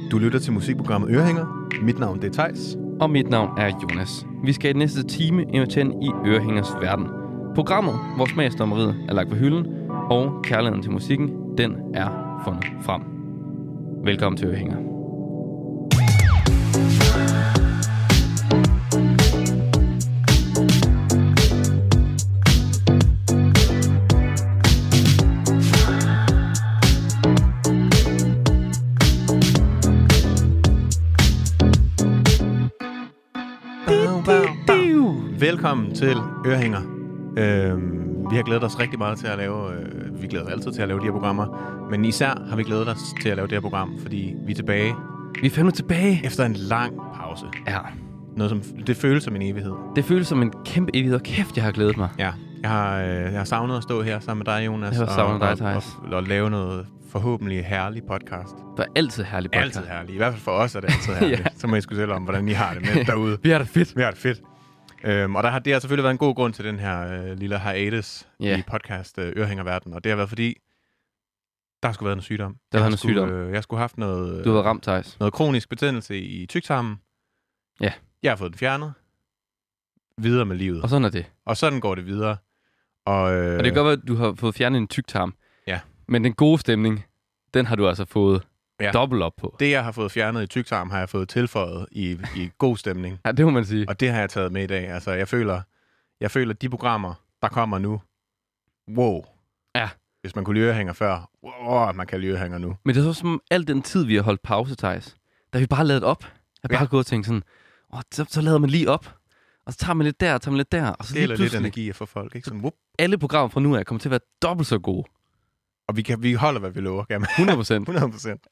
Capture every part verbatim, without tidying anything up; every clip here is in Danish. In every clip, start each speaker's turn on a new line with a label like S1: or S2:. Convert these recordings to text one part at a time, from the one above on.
S1: Du lytter til musikprogrammet Ørehænger. Mit navn det er Theis.
S2: Og mit navn er Jonas. Vi skal i den næste time invitere ind i Ørehængers verden. Programmet, hvor smagsdommeriet er lagt på hylden, og kærligheden til musikken, den er fundet frem. Velkommen til Ørehænger.
S1: Velkommen til Ørehænger. Øhm, vi har glædet os rigtig meget til at lave, øh, vi glæder os altid til at lave de her programmer, men især har vi glædet os til at lave det her program, fordi vi er tilbage.
S2: Vi er fandme tilbage.
S1: Efter en lang pause.
S2: Ja.
S1: Noget som, det føles som en evighed.
S2: Det føles som en kæmpe evighed, og kæft, jeg har glædet mig.
S1: Ja, jeg har, øh, jeg har savnet at stå her sammen med dig, Jonas.
S2: Jeg har savnet
S1: og,
S2: dig, Theis.
S1: Og, og, og lave noget forhåbentlig herlig podcast.
S2: Det er altid herlig podcast.
S1: Altid herlig. I hvert fald for os er det altid herligt. Ja. Så må I sgu selv om, hvordan I har det med derude.
S2: Vi har det fedt.
S1: Vi har det fedt. Øhm, og der har, det har selvfølgelig været en god grund til den her øh, lille hiatus yeah. i podcast øh, Ørehængerverden. Og det har været fordi, der har sgu været noget sygdom.
S2: Der har været noget
S1: skulle,
S2: sygdom.
S1: Øh, jeg skulle have haft noget, øh,
S2: du har været ramt, Theis.
S1: Noget kronisk betændelse i tyktarmen.
S2: Ja. Yeah.
S1: Jeg har fået den fjernet. Videre med livet.
S2: Og sådan er det.
S1: Og sådan går det videre. Og, øh,
S2: og det kan godt være, at du har fået fjernet en tyktarm.
S1: Ja.
S2: Men den gode stemning, den har du altså fået
S1: ja.
S2: dobbelt op på.
S1: Det, jeg har fået fjernet i tyktarm, har jeg fået tilføjet i, i god stemning.
S2: Ja, det må man sige.
S1: Og det har jeg taget med i dag. Altså, jeg føler, jeg føler de programmer, der kommer nu, wow.
S2: Ja.
S1: Hvis man kunne lide Ørehænger før, wow, man kan lide Ørehænger nu.
S2: Men det er så som al den tid, vi har holdt pause, Theis, der har vi bare lavet op. Jeg har bare ja. gået og tænkt sådan, åh, så, så lader man lige op. Og så tager man lidt der, og tager man lidt der. Og så
S1: det er lidt energi for folk, ikke? Sådan, whoop.
S2: Alle programmer fra nu af kommer til at være dobbelt så gode.
S1: Og vi, kan, vi holder, hvad vi lover, gerne.
S2: hundrede procent.
S1: hundrede procent.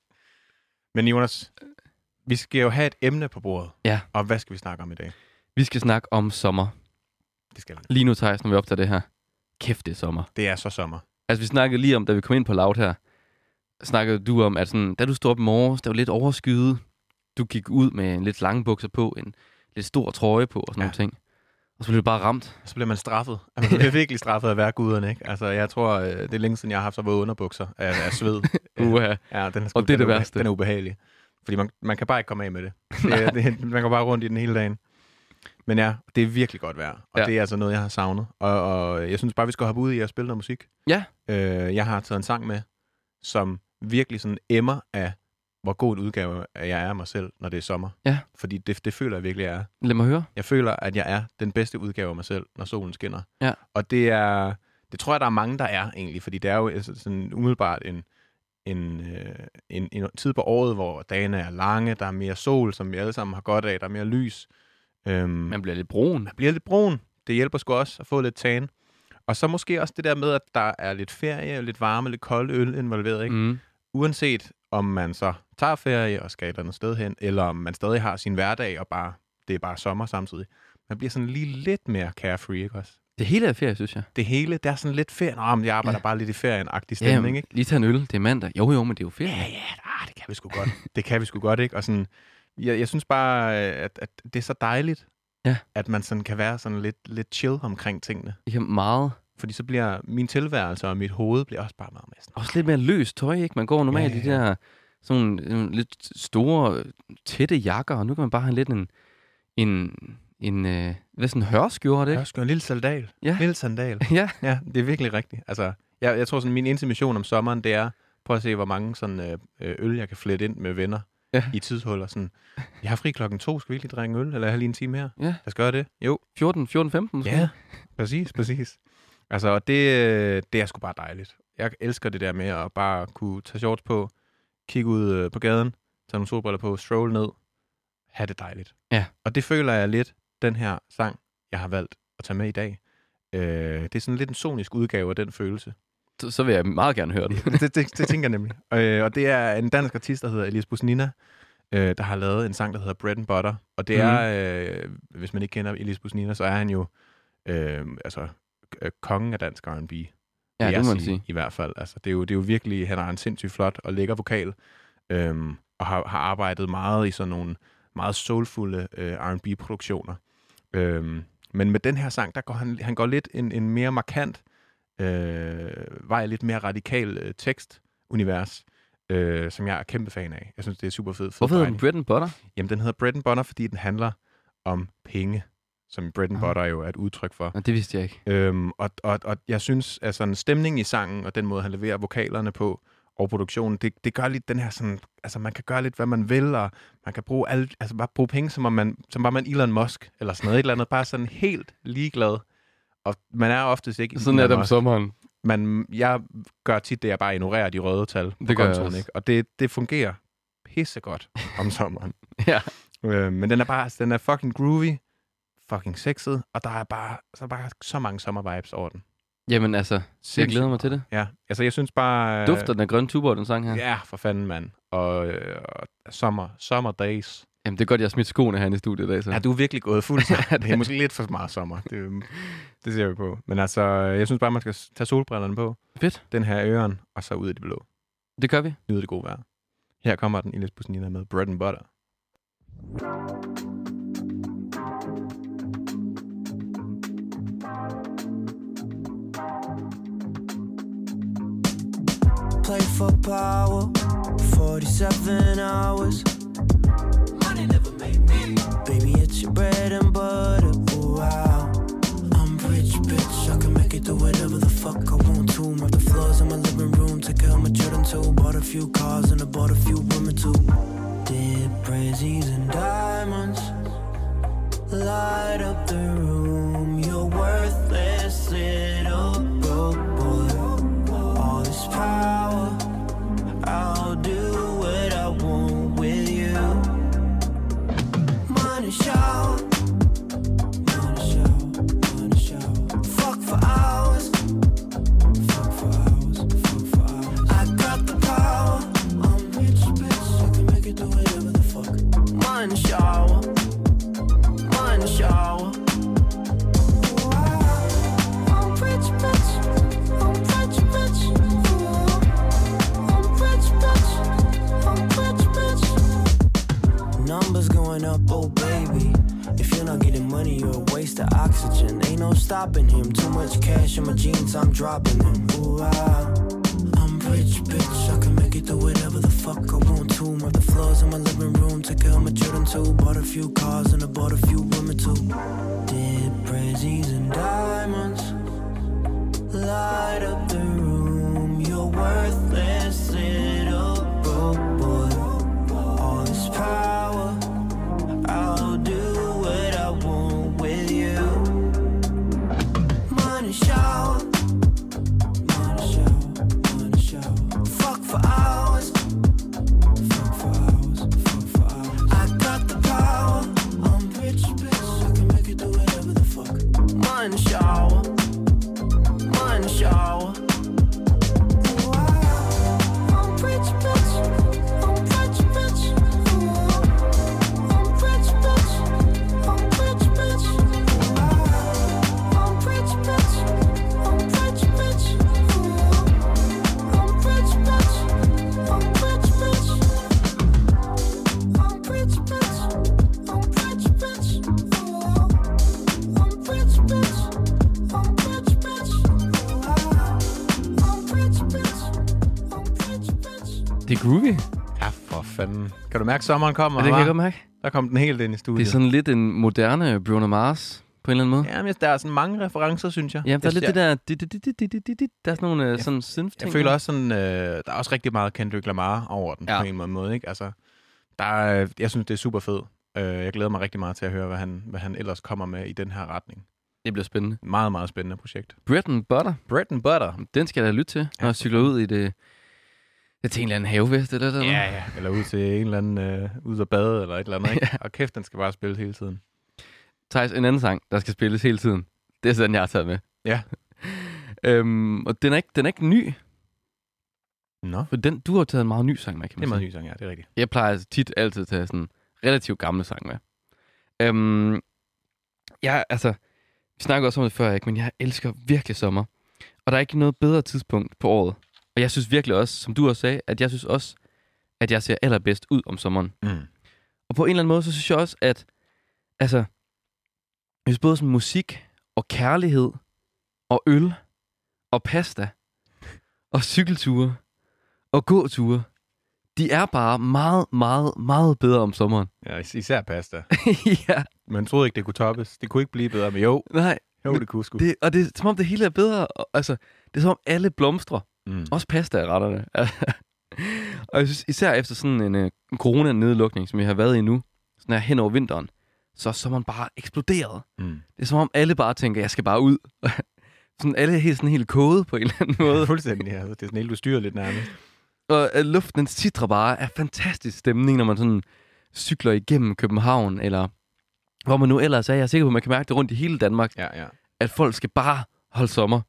S1: Men Jonas, vi skal jo have et emne på bordet.
S2: Ja.
S1: Og hvad skal vi snakke om i dag?
S2: Vi skal snakke om sommer.
S1: Det skal vi.
S2: Lige nu, Theis, når vi optager det her. Kæft, det er sommer.
S1: Det er så sommer.
S2: Altså, vi snakkede lige om, da vi kom ind på Loud her, snakkede du om, at sådan, da du stod op i morges, der var lidt overskyet. Du gik ud med en lidt lange bukser på, en lidt stor trøje på og sådan ja. nogle ting. Og så blev du bare ramt.
S1: Så bliver man straffet. Altså, man bliver virkelig straffet af værkguderne, ikke? Altså, jeg tror, det er længe siden, jeg har haft så våde underbukser af, af sved.
S2: Uha.
S1: Ja, den er sgu,
S2: og det er
S1: den
S2: det
S1: er,
S2: værste.
S1: Den er ubehagelig. Fordi man, man kan bare ikke komme af med det. det, det man går bare rundt i den hele dagen. Men ja, det er virkelig godt vejr. Og ja. det er altså noget, jeg har savnet. Og, og jeg synes bare, vi skal hoppe ud i at spille noget musik.
S2: Ja.
S1: Øh, jeg har taget en sang med, som virkelig sådan emmer af, hvor god en udgave jeg er af mig selv, når det er sommer.
S2: Ja.
S1: Fordi det, det føler jeg virkelig, jeg er.
S2: Lad mig høre.
S1: Jeg føler, at jeg er den bedste udgave af mig selv, når solen skinner.
S2: Ja.
S1: Og det er, det tror jeg, der er mange, der er egentlig. Fordi det er jo sådan umiddelbart en, en, en, en tid på året, hvor dagene er lange, der er mere sol, som vi alle sammen har godt af, der er mere lys. Øhm,
S2: man bliver lidt brun.
S1: Man bliver lidt brun. Det hjælper sgu også at få lidt tan. Og så måske også det der med, at der er lidt ferie, lidt varme, lidt kold øl involveret, ikke?
S2: Mm.
S1: Uanset om man så tager ferie og skal et andet sted hen, eller om man stadig har sin hverdag, og bare det er bare sommer samtidig. Man bliver sådan lige lidt mere carefree, ikke også?
S2: Det hele er ferie, synes jeg.
S1: Det hele, det er sådan lidt ferie. Nå, men jeg arbejder ja. bare lidt i ferien-agtig stemning,
S2: ja,
S1: ikke?
S2: Lige tage en øl, det er mandag. Jo, jo, men det er jo ferie.
S1: Ja, ja, ah, det kan vi sgu godt. det kan vi sgu godt, ikke? Og sådan, jeg, jeg synes bare, at, at det er så dejligt,
S2: ja.
S1: at man sådan kan være sådan lidt, lidt chill omkring tingene.
S2: Ja, meget.
S1: Fordi så bliver min tilværelse og mit hoved bliver også bare meget mere sådan.
S2: Også lidt mere løst tøj, ikke? Man går normalt i ja, ja, ja. de der sådan øh, lidt store, tætte jakker, og nu kan man bare have lidt en, en, en øh, hvad sådan en hørskjorte, ikke?
S1: Hørskjorte, en lille sandal.
S2: Ja.
S1: Lille sandal.
S2: ja.
S1: Ja, det er virkelig rigtigt. Altså, jeg, jeg tror sådan, min intimation om sommeren, det er, prøv at se, hvor mange sådan øh, øl, jeg kan flette ind med venner ja. i tidshuller. Sådan, jeg har fri klokken to, skal vi ikke lige drikke øl, eller have lige en time her?
S2: Ja.
S1: Lad os gøre det. Jo.
S2: fjorten, fjorten, femten måske?
S1: Ja, præcis, præcis. Altså, og det, det er sgu bare dejligt. Jeg elsker det der med at bare kunne tage shorts på, kigge ud på gaden, tage nogle solbriller på, stroll ned, have det dejligt.
S2: Ja. Og
S1: det føler jeg lidt, den her sang, jeg har valgt at tage med i dag. Øh, det er sådan lidt en sonisk udgave af den følelse.
S2: Så, så vil jeg meget gerne høre den.
S1: det, det, det, det tænker jeg nemlig. Øh, og det er en dansk artist, der hedder Elias Busnina, øh, der har lavet en sang, der hedder Bread and Butter. Og det mm. er, øh, hvis man ikke kender Elias Busnina, så er han jo øh, altså øh, kongen af dansk R and B.
S2: Ja, det, det må man
S1: sige,
S2: sige.
S1: I hvert fald. Altså, det, er jo, det er jo virkelig, han har en sindssygt flot og lækker vokal, øhm, og har, har arbejdet meget i sådan nogle meget soulfulde øh, R and B-produktioner. Øhm, men med den her sang, der går han, han går lidt en, en mere markant øh, vej, lidt mere radikal øh, tekstunivers. øh, som jeg er kæmpe fan af. Jeg synes, det er super fedt.
S2: Hvorfor hedder den Bread and Butter?
S1: Jamen, den hedder Bread and Butter, fordi den handler om penge, som bread and
S2: Ah.
S1: butter jo er et udtryk for.
S2: Nå, det vidste jeg ikke.
S1: Øhm, og, og, og jeg synes, at sådan stemningen i sangen, og den måde, han leverer vokalerne på, og produktionen, det, det gør lidt den her sådan, altså man kan gøre lidt, hvad man vil, og man kan bruge alt, altså bare bruge penge, som om man, som var man Elon Musk, eller sådan noget, et eller andet, bare sådan helt ligeglad. Og man er oftest ikke
S2: Sådan er
S1: Elon
S2: det om
S1: Musk.
S2: sommeren.
S1: Man, jeg gør tit det, jeg bare ignorerer de røde tal på
S2: Det gør jeg
S1: kontoen,
S2: også.
S1: ikke? Og det, det fungerer pissegodt om sommeren.
S2: Ja.
S1: Øh, men den er bare, den er fucking groovy, fucking sexet, og der er bare så, bare så mange sommervibes over den.
S2: Jamen altså, jeg glæder mig til det.
S1: Ja, altså jeg synes bare...
S2: Dufter den af grønne tuborg, den sang her?
S1: Ja, for fanden, mand. Og, øh, og sommer, summer days.
S2: Jamen, det er godt, jeg har smidt skoene her i studiet i dag, så.
S1: Ja, du er virkelig gået fuld. Det er måske lidt for meget sommer. Det, det ser vi på. Men altså, jeg synes bare, man skal tage solbrillerne på.
S2: Fedt.
S1: Den her øren, og så ud i det blå.
S2: Det gør vi.
S1: Nyde det gode vejr. Her kommer den Ilias Busnina med Bread and Butter.
S3: Play for power, forty-seven hours. Money never made me. Baby, it's your bread and butter. Ooh, wow. I'm rich, bitch. I can make it do whatever the fuck I want to. Mop the floors in my living room. Take care of my children too. Bought a few cars and I bought a few women too. Did brazies and diamonds. Light up the room. You're worthless little broke boy. All this power, I'll do what I want with you. Money shower, money shower, money shower. Fuck for hours, fuck for hours, fuck for hours. I got the power, I'm rich, bitch. I can make it do whatever the fuck. Money shower, money shower. I'm rich, bitch. I'm rich, bitch. I'm rich, bitch. I'm rich, bitch. Numbers going up, oh baby. If you're not getting money, you're a waste of oxygen. Ain't no stopping him. Too much cash in my jeans, I'm dropping them. Ooh, ah. I'm rich, bitch. I can make it do whatever the fuck I want to. Mop the floors in my living room. Take care of my children too. Bought a few cars and I bought a few women too. Did brazies and diamonds. Light up the room. You're worthless little broke boy. All this power, I'll do what I want with you. Money shower, money shower, money shower. Fuck for hours, fuck for hours, fuck for hours. I got the power, I'm rich, bitch. I can make it do whatever the fuck. Money shower, money shower. I'm rich, bitch. I'm rich, bitch. I'm rich, bitch. I'm rich, bitch. I'm rich, bitch. I'm rich, bitch. I'm rich, bitch. I'm rich, bitch. I'm rich, bitch. I'm rich, bitch. I'm rich, bitch. I'm rich, bitch. I'm rich, bitch. I'm rich, bitch.
S2: Det er groovy.
S1: Ja, for fanden. Kan du mærke, at sommeren kommer?
S2: Ja, det kan
S1: hva'?
S2: jeg godt mærke.
S1: Der kom den helt ind i studiet.
S2: Det er sådan lidt en moderne Bruno Mars, på en eller anden måde.
S1: Ja, men der er sådan mange referencer, synes jeg.
S2: Ja, der er
S1: Jeg-
S2: lidt det der... dit, dit, dit, dit, dit, dit, dit. Der er sådan nogle øh, sådan synth-ting.
S1: Jeg føler også sådan, øh, der er også rigtig meget Kendrick Lamar over den,
S2: Ja.
S1: ja. på en eller anden måde, ikke? Altså, der er, jeg synes, det er super fedt. Øh, jeg glæder mig rigtig meget til at høre, hvad han, hvad han ellers kommer med i den her retning.
S2: Det bliver spændende.
S1: Meget, meget spændende projekt.
S2: Bread and Butter.
S1: Bread and butter.
S2: Den skal jeg da lytte til, når
S1: Ja,
S2: jeg cykler ud i det... Ja, til en eller anden havevest eller noget.
S1: Ja, ja. Eller ud til en eller anden, øh, ud at bade eller et eller andet, ikke? Og kæft, den skal bare spilles hele tiden.
S2: Thijs, en anden sang, der skal spilles hele tiden. Det er sådan, jeg har taget med.
S1: Ja.
S2: øhm, og den er, ikke, den er ikke ny,
S1: Nå,
S2: for den, du har taget en meget ny sang med, kan
S1: det er
S2: man
S1: meget
S2: sige.
S1: ny sang, ja, det er rigtigt.
S2: Jeg plejer tit altid at tage sådan relativt gamle sang med. Øhm, jeg, altså, vi snakker også om det før, ikke? Men jeg elsker virkelig sommer. Og der er ikke noget bedre tidspunkt på året. Og jeg synes virkelig også, som du også sagde, at jeg synes også, at jeg ser allerbedst ud om sommeren.
S1: Mm.
S2: Og på en eller anden måde, så synes jeg også, at altså, hvis både sådan musik og kærlighed og øl og pasta og cykelture og gåture de er bare meget, meget, meget bedre om sommeren.
S1: Ja, is- især pasta.
S2: Ja,
S1: Man troede ikke, det kunne toppes. Det kunne ikke blive bedre, men jo,
S2: nej.
S1: jo
S2: Men
S1: det kunne sgu.
S2: Det, og det er som om det hele er bedre. Og, altså, det er som om alle blomstrer.
S1: Mm.
S2: Også pasta er retterne. Og jeg synes, især efter sådan en uh, corona-nedlukning, som vi har været i nu, sådan her hen over vinteren, så er sommeren bare eksploderet.
S1: Mm.
S2: Det er som om alle bare tænker, jeg skal bare ud. Sådan alle er helt, sådan helt kode på en eller anden måde.
S1: Fuldstændig, ja. Det er sådan helt ustyrligt nærmest.
S2: Og uh, luften den citrer bare af fantastisk stemning, når man sådan cykler igennem København, eller hvor man nu ellers er. Jeg er sikker på, at man kan mærke det rundt i hele Danmark,
S1: Ja, ja.
S2: at folk skal bare holde sommer.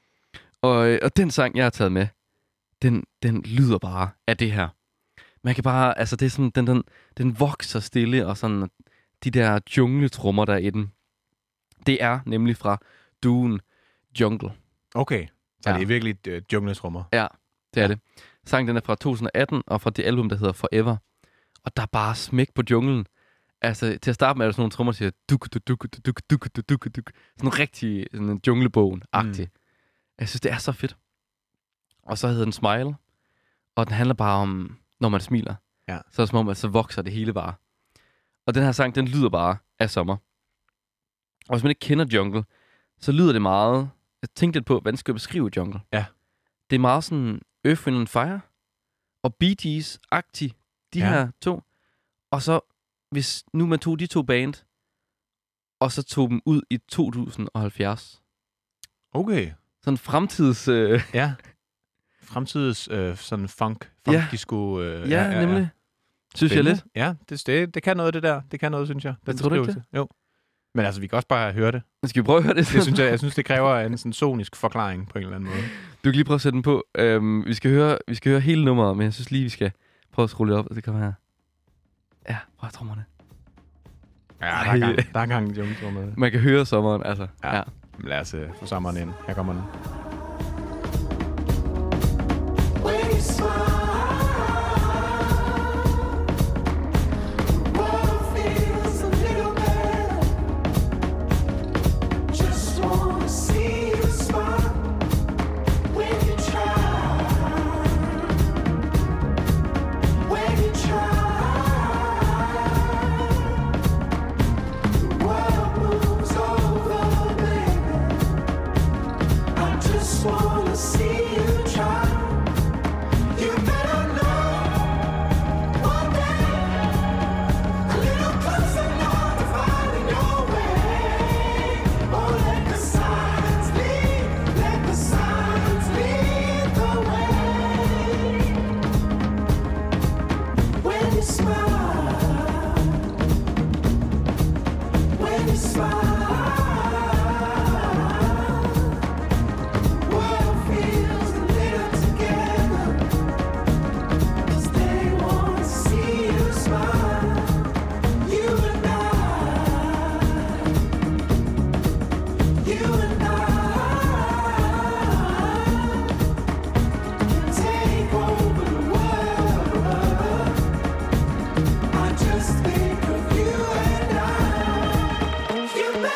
S2: Og, og den sang, jeg har taget med, den, den lyder bare af det her. Man kan bare, altså det er sådan, den, den, den vokser stille, og sådan de der jungletrummer, der er i den. Det er nemlig fra duoen Jungle.
S1: Okay, så
S2: Ja.
S1: det er virkelig uh, jungletrummer.
S2: Ja, det er det. Sangen den er fra to tusind atten, og fra det album, der hedder Forever. Og der er bare smæk på junglen. Altså, til at starte med er der sådan nogle trommer, der siger duk, duk, duk, duk, duk, duk, duk, duk. Sådan en rigtig sådan en junglebogen-agtig. Mm. Jeg synes, det er så fedt. Og så hedder den Smile, og den handler bare om, når man smiler.
S1: Ja.
S2: Så er det som om, at så vokser det hele bare. Og den her sang, den lyder bare af sommer. Og hvis man ikke kender Jungle, så lyder det meget... Jeg tænkte lidt på, hvordan skal jeg beskrive Jungle?
S1: Ja.
S2: Det er meget sådan Earth, Wind and Fire og Bee Gees-agtigt, de
S1: Ja.
S2: her to. Og så, hvis nu man tog de to band, og så tog dem ud i to tusind og halvfjerds.
S1: Okay,
S2: Sådan fremtids... Øh,
S1: ja. Fremtids øh, sådan funk, funk
S2: Ja.
S1: disco. Øh,
S2: ja, ja, nemlig. Synes jeg lidt.
S1: Ja, det, det, det kan noget, det der. Det kan noget, synes jeg. Den
S2: Tror du ikke
S1: beskrivelse. Jo. Men altså, vi kan også bare høre det.
S2: Skal vi prøve at høre det?
S1: Det synes jeg, jeg synes, det kræver en sådan sonisk forklaring på en eller anden måde.
S2: Du kan lige prøve at sætte den på. Øhm, vi, skal høre, vi skal høre hele nummeret, men jeg synes lige, vi skal prøve at skrue lidt op. Det kommer her. Ja, prøv at trommerne.
S1: Ja, der er gang, der er gang i jungletrummet.
S2: Man kan høre sommeren, altså.
S1: Ja.
S2: Ja.
S1: Men lad os uh, få sommeren ind. Her kommer den.
S3: When you smile, the world feels a little better. Just wanna see you smile when you try. When you try, the world moves over, baby. I just wanna see you try. You better know one day, a little closer now to finding your way. Oh, let the signs lead, let the signs lead the way. When you smile, when you smile, world feels a little together, 'cause they wanna see you smile. You and I, you and I, take over the world. I just think of you and I. You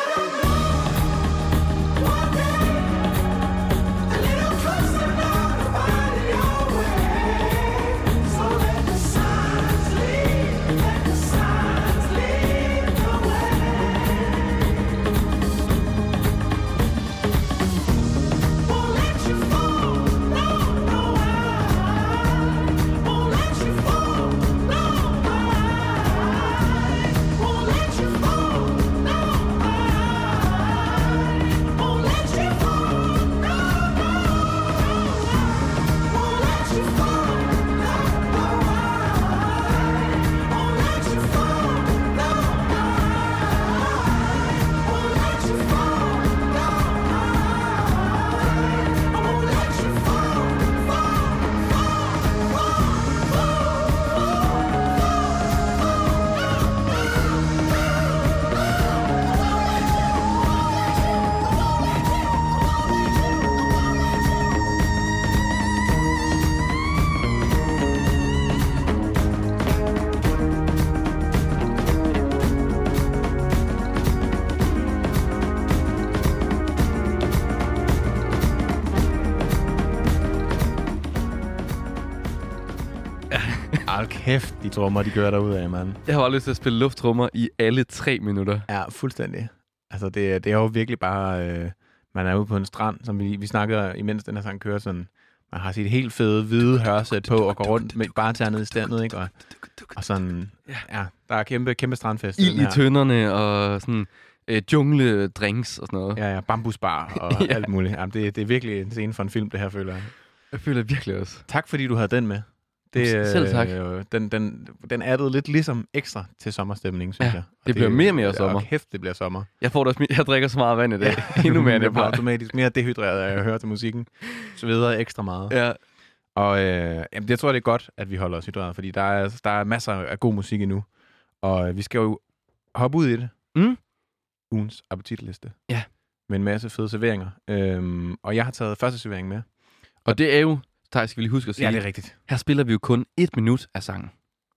S1: kæft, de trommer, de kører derud af, mand.
S2: Jeg har bare lyst til at spille lufttrummer i alle tre minutter.
S1: Ja, fuldstændig. Altså, det, det er jo virkelig bare... Øh, man er ude på en strand, som vi, vi snakker, imens den her sang kører sådan... Man har sit helt fede, hvide hørsæt på og går rundt med bare tager ned i standet, ikke? Og, og sådan... Ja, der er kæmpe, kæmpe strandfest.
S2: Ild i tønderne og sådan... Øh, jungle drinks og sådan noget.
S1: Ja, ja, bambusbar og
S2: ja.
S1: alt muligt. Jamen, det, det er virkelig en scene for en film, det her, føler jeg.
S2: Jeg føler virkelig også.
S1: Tak, fordi du havde den med. Det,
S2: Selv tak.
S1: Øh, den, den, den addede lidt ligesom ekstra til sommerstemningen, synes
S2: ja,
S1: jeg. Og
S2: det bliver mere og mere sommer.
S1: Og kæft, det bliver sommer.
S2: Jeg får også, jeg drikker så meget vand i dag. Ja. Endnu mere end jeg
S1: bliver automatisk mere dehydreret af at høre til musikken. Så videre ekstra meget.
S2: Ja.
S1: Og øh, jamen, jeg tror, det er godt, at vi holder os hydreret, fordi der er, der er masser af god musik endnu. Og øh, vi skal jo hoppe ud i det.
S2: Mm.
S1: Ugens appetitliste.
S2: Ja.
S1: Med en masse fede serveringer. Øhm, og jeg har taget første servering med.
S2: Og det er jo, Thijs, skal vi lige huske at sige.
S1: Ja, det er rigtigt.
S2: Her spiller vi jo kun et minut af sangen.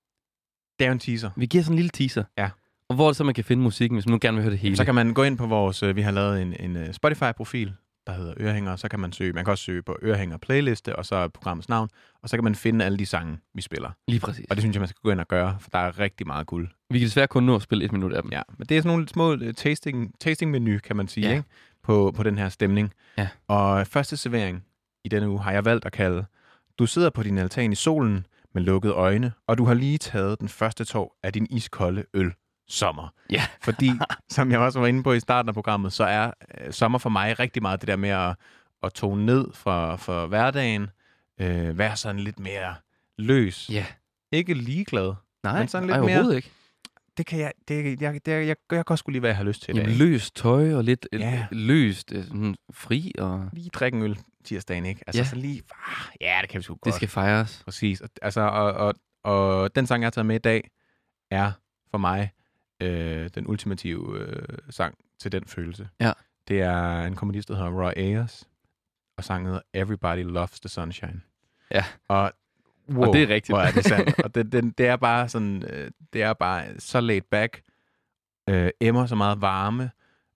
S1: Det er jo en teaser.
S2: Vi giver sådan en lille teaser.
S1: Ja.
S2: Og hvor er det så, man kan finde musikken, hvis man nu gerne vil høre det hele?
S1: Så kan man gå ind på vores, vi har lavet en, en Spotify-profil, der hedder Ørehænger. Så kan man søge, man kan også søge på Ørehænger playliste, og så er programmets navn. Og så kan man finde alle de sange, vi spiller.
S2: Lige præcis.
S1: Og det synes jeg, man skal gå ind og gøre, for der er rigtig meget guld.
S2: Vi kan desværre kun nå at spille et minut af dem.
S1: Ja, men det er sådan nogle små uh, tasting, tasting-menu, kan man sige,
S2: ja.
S1: ikke? På, på den her stemning.
S2: Ja.
S1: Og første servering i denne uge har jeg valgt at kalde: Du sidder på din altan i solen med lukkede øjne, og du har lige taget den første tår af din iskolde øl. Sommer.
S2: Ja.
S1: Fordi, som jeg også var inde på i starten af programmet, så er øh, sommer for mig rigtig meget det der med at, at tone ned fra, fra hverdagen, øh, være sådan lidt mere løs.
S2: Ja.
S1: Ikke ligeglad.
S2: Nej,
S1: men sådan lidt
S2: nej
S1: mere,
S2: overhovedet ikke.
S1: Det kan jeg, det, jeg, det, jeg, jeg, jeg kan også skulle lige, hvad jeg har lyst til i dag.
S2: Jamen, løst tøj og lidt
S1: Ja.
S2: løst, sådan fri og...
S1: Lige drikke en øl tirsdagen, ikke? Altså
S2: Ja.
S1: så lige, ah, ja, det kan vi sgu godt.
S2: Det skal fejres.
S1: Præcis. Og, altså, og, og, og den sang, jeg har taget med i dag, er for mig øh, den ultimative øh, sang til den følelse.
S2: Ja.
S1: Det er en komponist, der hedder Roy Ayers, og sangen hedder Everybody Loves the Sunshine.
S2: Ja.
S1: Og, wow,
S2: og det er rigtigt.
S1: hvor er det sandt. Og det, det, det er bare sådan, øh, det er bare så laid back, øh, emmer så meget varme,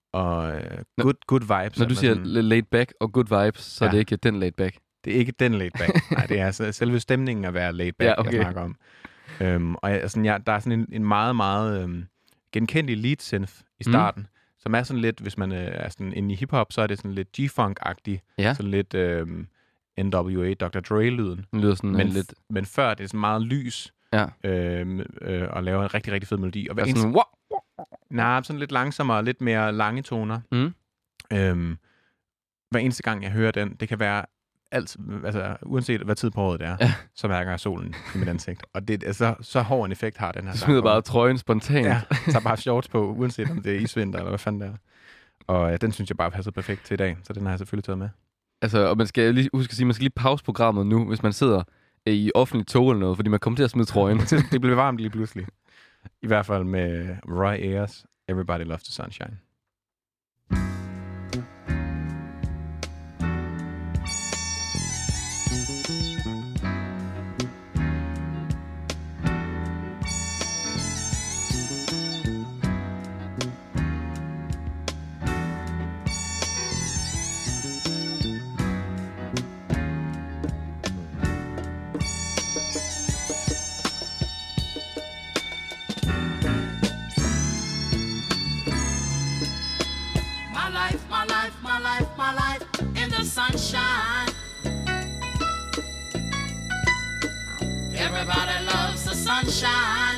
S1: og øh, good, good vibes.
S2: Når du siger
S1: sådan,
S2: laid back og good vibes, så ja. er det ikke den laid back.
S1: Det er ikke den laid back. Nej, det er altså selve stemningen at være laid back,
S2: Ja, okay.
S1: jeg snakker om. Øhm, og jeg, sådan, jeg, der er sådan en, en meget, meget øhm, genkendelig lead synth i starten, mm. som er sådan lidt, hvis man øh, er sådan inde i hiphop, så er det sådan lidt G-funk-agtig,
S2: Ja.
S1: sådan lidt øhm, N W A, doktor Dre-lyden.
S2: Det lyder sådan
S1: Men,
S2: uh, lidt...
S1: men før det er sådan meget lys,
S2: Ja.
S1: øhm, øh, og laver en rigtig, rigtig fed melodi. Og hver
S2: Og
S1: eneste,
S2: sådan, wow.
S1: nej, sådan lidt langsommere, lidt mere lange toner.
S2: Mm.
S1: Øhm, hver eneste gang, jeg hører den, det kan være alt, altså uanset hvad tid på året det er,
S2: Ja.
S1: så mærker jeg solen i mit ansigt. Og det er så, så hård en effekt har den her
S2: Du
S1: sang.
S2: smider bare trøjen spontant.
S1: Ja, så bare shorts på, uanset om det er isvinter eller hvad fanden det er. Og ja, den synes jeg bare passer perfekt til i dag, så den har jeg selvfølgelig taget med.
S2: Altså, og man skal lige huske at sige, man skal lige pause programmet nu, hvis man sidder øh, i offentlig tog eller noget, fordi man kommer til at smide trøjen.
S1: Det bliver varmt lige pludselig. I hvert fald med Roy Ayers, Everybody Loves the Sunshine.
S3: My life, my life, my life, my life in the sunshine. Everybody loves the sunshine.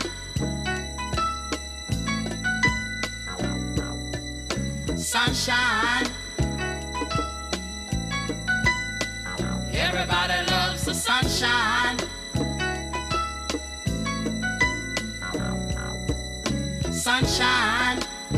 S3: Sunshine. Everybody loves the sunshine. Sunshine.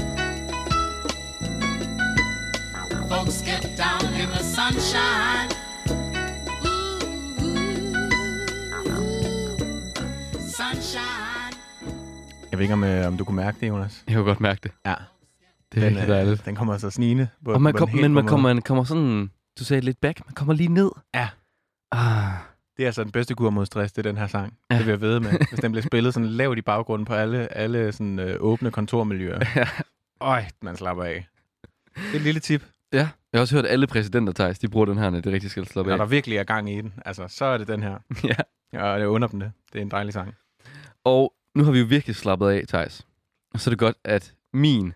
S3: Folks get down in the sunshine. Ooh, ooh, ooh. Sunshine.
S1: Jeg ved ikke, om, øh, om du kunne mærke det, Jonas?
S2: Jeg kan godt mærke det.
S1: Ja.
S2: Det er
S1: Den,
S2: rigtig dejligt.
S1: den kommer så snigende. På,
S2: Og man
S1: på
S2: kom,
S1: en helt
S2: men man
S1: god
S2: kommer,
S1: måde.
S2: man kommer sådan, du sagde lidt back, man kommer lige ned.
S1: Ja.
S2: Ah,
S1: Det er altså den bedste kur mod stress, det er den her sang.
S2: Ja.
S1: Ja. Det vil jeg ved med. Hvis den bliver spillet sådan lavt i baggrunden på alle, alle sådan, øh, åbne kontormiljøer.
S2: ja.
S1: Øj, man slapper af. Det er et lille tip.
S2: ja. Jeg har også hørt, at alle præsidenter, Thijs, de bruger den her, når det rigtig skal slappe
S1: Når
S2: af.
S1: der virkelig er gang i den, altså, så er det den her.
S2: ja.
S1: Ja, og jeg under dem det. Det er en dejlig sang.
S2: Og nu har vi jo virkelig slappet af, Theis. Og så er det godt, at min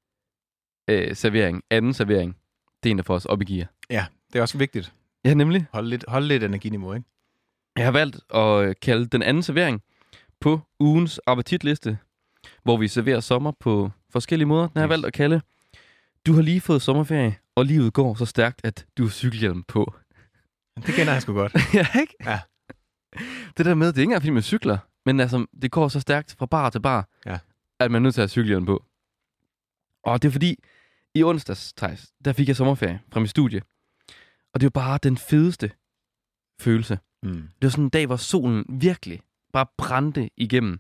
S2: øh, servering, anden servering, det er en, der får os op i gear.
S1: Ja, det er også vigtigt.
S2: Ja, nemlig.
S1: Hold lidt, hold lidt energiniveau, ikke?
S2: Jeg har valgt at kalde den anden servering på ugens appetitliste, hvor vi serverer sommer på forskellige måder. Den har jeg valgt at kalde, du har lige fået sommerferie, og livet går så stærkt, at du har cykelhjelm på.
S1: Det kender jeg sgu godt.
S2: Ja, ikke?
S1: Ja.
S2: Det der med, det er ikke engang fordi man cykler, men altså, det går så stærkt fra bar til bar,
S1: ja.
S2: at man er nødt til at have cykelhjelm på. Og det er fordi, i onsdags, Theis, der fik jeg sommerferie fra mit studie. Og det var bare den fedeste følelse.
S1: Mm.
S2: Det var sådan en dag, hvor solen virkelig bare brændte igennem.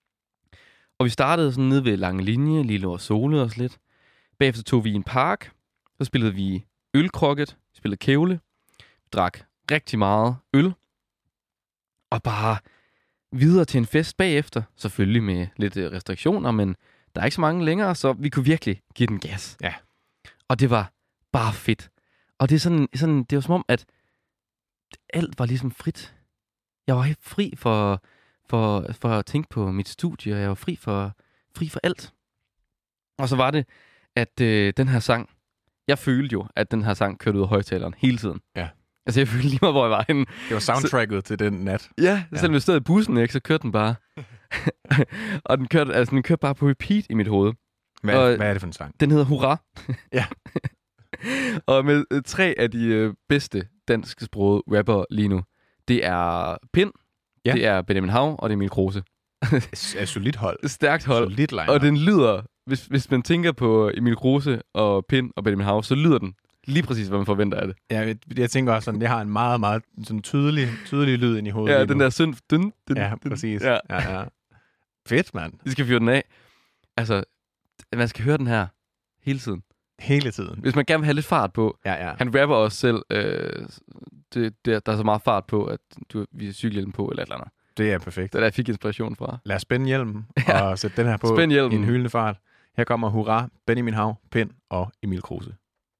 S2: Og vi startede sådan nede ved Lange Linje, lige lå og solede os lidt. Bagefter tog vi i en park. Så spillede vi ølkrokket, spillede kævle, drak rigtig meget øl. Og bare videre til en fest bagefter. Selvfølgelig med lidt restriktioner, men der er ikke så mange længere, så vi kunne virkelig give den gas.
S1: Ja.
S2: Og det var bare fedt. Og det er sådan, sådan det var som om, at alt var ligesom frit. Jeg var helt fri for, for, for at tænke på mit studie, og jeg var fri for, fri for alt. Og så var det, at øh, den her sang, jeg følte jo, at den her sang kørte ud af højtaleren hele tiden.
S1: Ja.
S2: Altså jeg følte lige meget, hvor jeg var henne.
S1: Det var soundtracket så, til den nat.
S2: Ja,
S1: ja.
S2: selvom jeg stod i bussen, ikke, så kørte den bare. Og den kørte, altså, den kørte bare på repeat i mit hoved.
S1: Hvad,
S2: og,
S1: hvad er det for en sang?
S2: Den hedder Hurra.
S1: Ja.
S2: Og med øh, tre af de øh, bedste dansksprogede rapper lige nu. Det er Pind, ja. Det er Benjamin Hav, og det er Emil Kruse.
S1: Er solidt hold.
S2: Stærkt hold.
S1: Solidt line.
S2: Og den lyder, hvis, hvis man tænker på Emil Kruse og Pind og Benjamin Hav, så lyder den lige præcis, hvad man forventer af det.
S1: Ja, jeg, jeg tænker også sådan, jeg har en meget, meget sådan tydelig, tydelig lyd ind i hovedet.
S2: Ja, den der synd. Den, den,
S1: ja,
S2: den,
S1: præcis.
S2: Ja.
S1: Ja, ja. Fedt, mand.
S2: Vi skal fyre den af. Altså, man skal høre den her hele tiden.
S1: Hele tiden.
S2: Hvis man gerne vil have lidt fart på.
S1: Ja, ja.
S2: Han rapper også selv, øh, det, det, der er så meget fart på, at du vi har cykelhjelm på, eller et eller andet.
S1: Det er perfekt.
S2: Det er der, jeg fik inspiration fra.
S1: Lad os spænde hjelmen,
S2: ja.
S1: og sætte den her på i en hyldende fart. Her kommer Hurra, Benjamin Hav, Pind og Emil Kruse.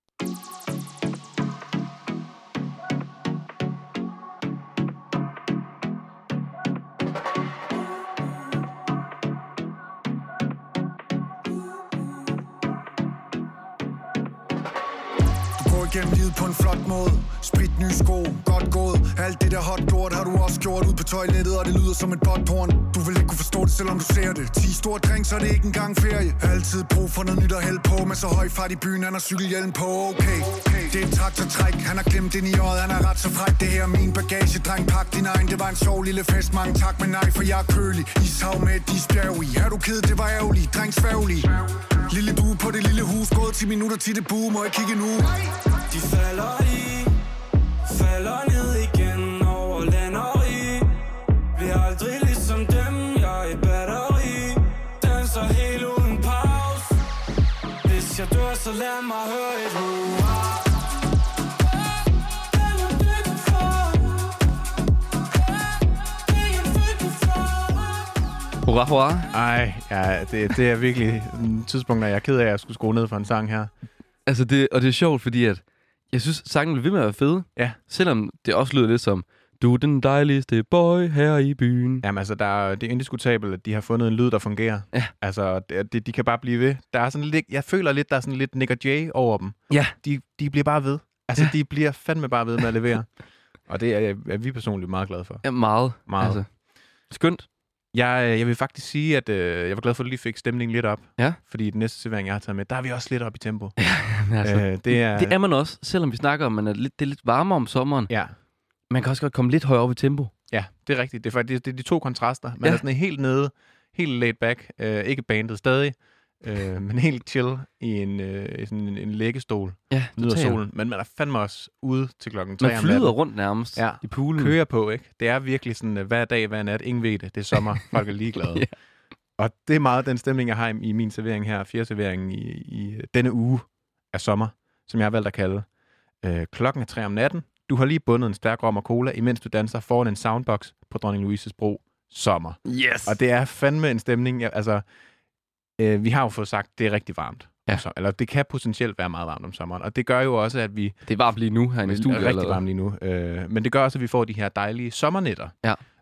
S4: Gennem livet på en flot måde. Sprit nye sko, godt gået. Alt det der hot gjort har du også gjort ud på toilettet, og det lyder som et botthorn. Du vil ikke kunne forstå det, selvom du ser det. ti store drinks, så er det ikke engang ferie. Altid brug for noget nyt at hælde på. Med så høj fart i byen, han har cykelhjelm på. Okay, det er et traktortræk. Han har glemt den i øjet, han er ret så fræk. Det her er min bagage, dreng, pak din egen. Det var en sjov lille fest, mange tak, men nej, for jeg er kølig. Ishav med et isbjerg i. Er du ked, det var ærgerlig, dreng sværgelig. Lille du på det lille hus, gået ti minutter til det bue, må jeg kigge nu.
S5: De falder i, falder ned igen over land og i. Bliver aldrig ligesom dem, jeg er et batteri. Danser helt uden pause. Hvis jeg dør, så lad mig høre et hurra.
S2: Hurra, hurra.
S1: Ej, ja, det, det er virkelig en tidspunkt, når jeg er ked af, at jeg skulle skrue ned for en sang her.
S2: Altså, det, og det er sjovt, fordi at jeg synes, sangen vil ved med at være fed.
S1: Ja.
S2: Selvom det også lyder lidt som, du er den dejligste boy her i byen.
S1: Jamen altså, der er, det er indiskutabelt, at de har fundet en lyd, der fungerer.
S2: Ja.
S1: Altså, det, de, de kan bare blive ved. Der er sådan lidt, jeg føler lidt, der er sådan lidt Nick og Jay over dem.
S2: Ja.
S1: De, de bliver bare ved. Altså,
S2: Ja.
S1: de bliver fandme bare ved med at levere. Og det er, er vi personligt meget glade for.
S2: Ja, meget.
S1: Meget.
S2: Altså, skønt.
S1: Jeg, jeg vil faktisk sige, at øh, jeg var glad for, at du lige fik stemningen lidt op.
S2: Ja.
S1: Fordi den næste servering, jeg har taget med, der er vi også lidt op i tempo.
S2: altså,
S1: øh, det, er,
S2: det er man også, selvom vi snakker om, at man er lidt, det er lidt varmere om sommeren.
S1: Ja.
S2: Man kan også godt komme lidt højere op i tempo.
S1: Ja, det er rigtigt. Det er faktisk det er de to kontraster. Man
S2: Ja.
S1: er sådan helt nede, helt laid back. Øh, ikke bandet stadig, øh, men helt chill i en, øh, sådan en, en læggestol.
S2: Ja,
S1: Nyder
S2: totalt.
S1: solen. Men man er fandme også ude til klokken tre
S2: Man
S1: om
S2: flyder
S1: natten.
S2: rundt nærmest
S1: Ja.
S2: i poolen.
S1: Kører på, ikke? Det er virkelig sådan, øh, hver dag, hver nat. Ingen ved det. Det er sommer. Folk er ligeglade.
S2: Ja.
S1: Og det er meget den stemning, jeg har i, i min servering her. Fjerde serveringen i, i denne uge af sommer, som jeg har valgt at kalde. Øh, klokken er tre om natten. Du har lige bundet en stærk rom og cola, imens du danser foran en soundbox på Dronning Louises Bro. Sommer.
S2: Yes.
S1: Og det er fandme en stemning. Jeg, altså, øh, vi har jo fået sagt, det er rigtig varmt.
S2: Ja.
S1: Så, eller det kan potentielt være meget varmt om sommeren. Og det gør jo også, at vi...
S2: Det er varmt lige nu herinde i studiet.
S1: rigtig
S2: allerede.
S1: varmt lige nu. Øh, men det gør også, at vi får de her dejlige sommernætter.
S2: Ja.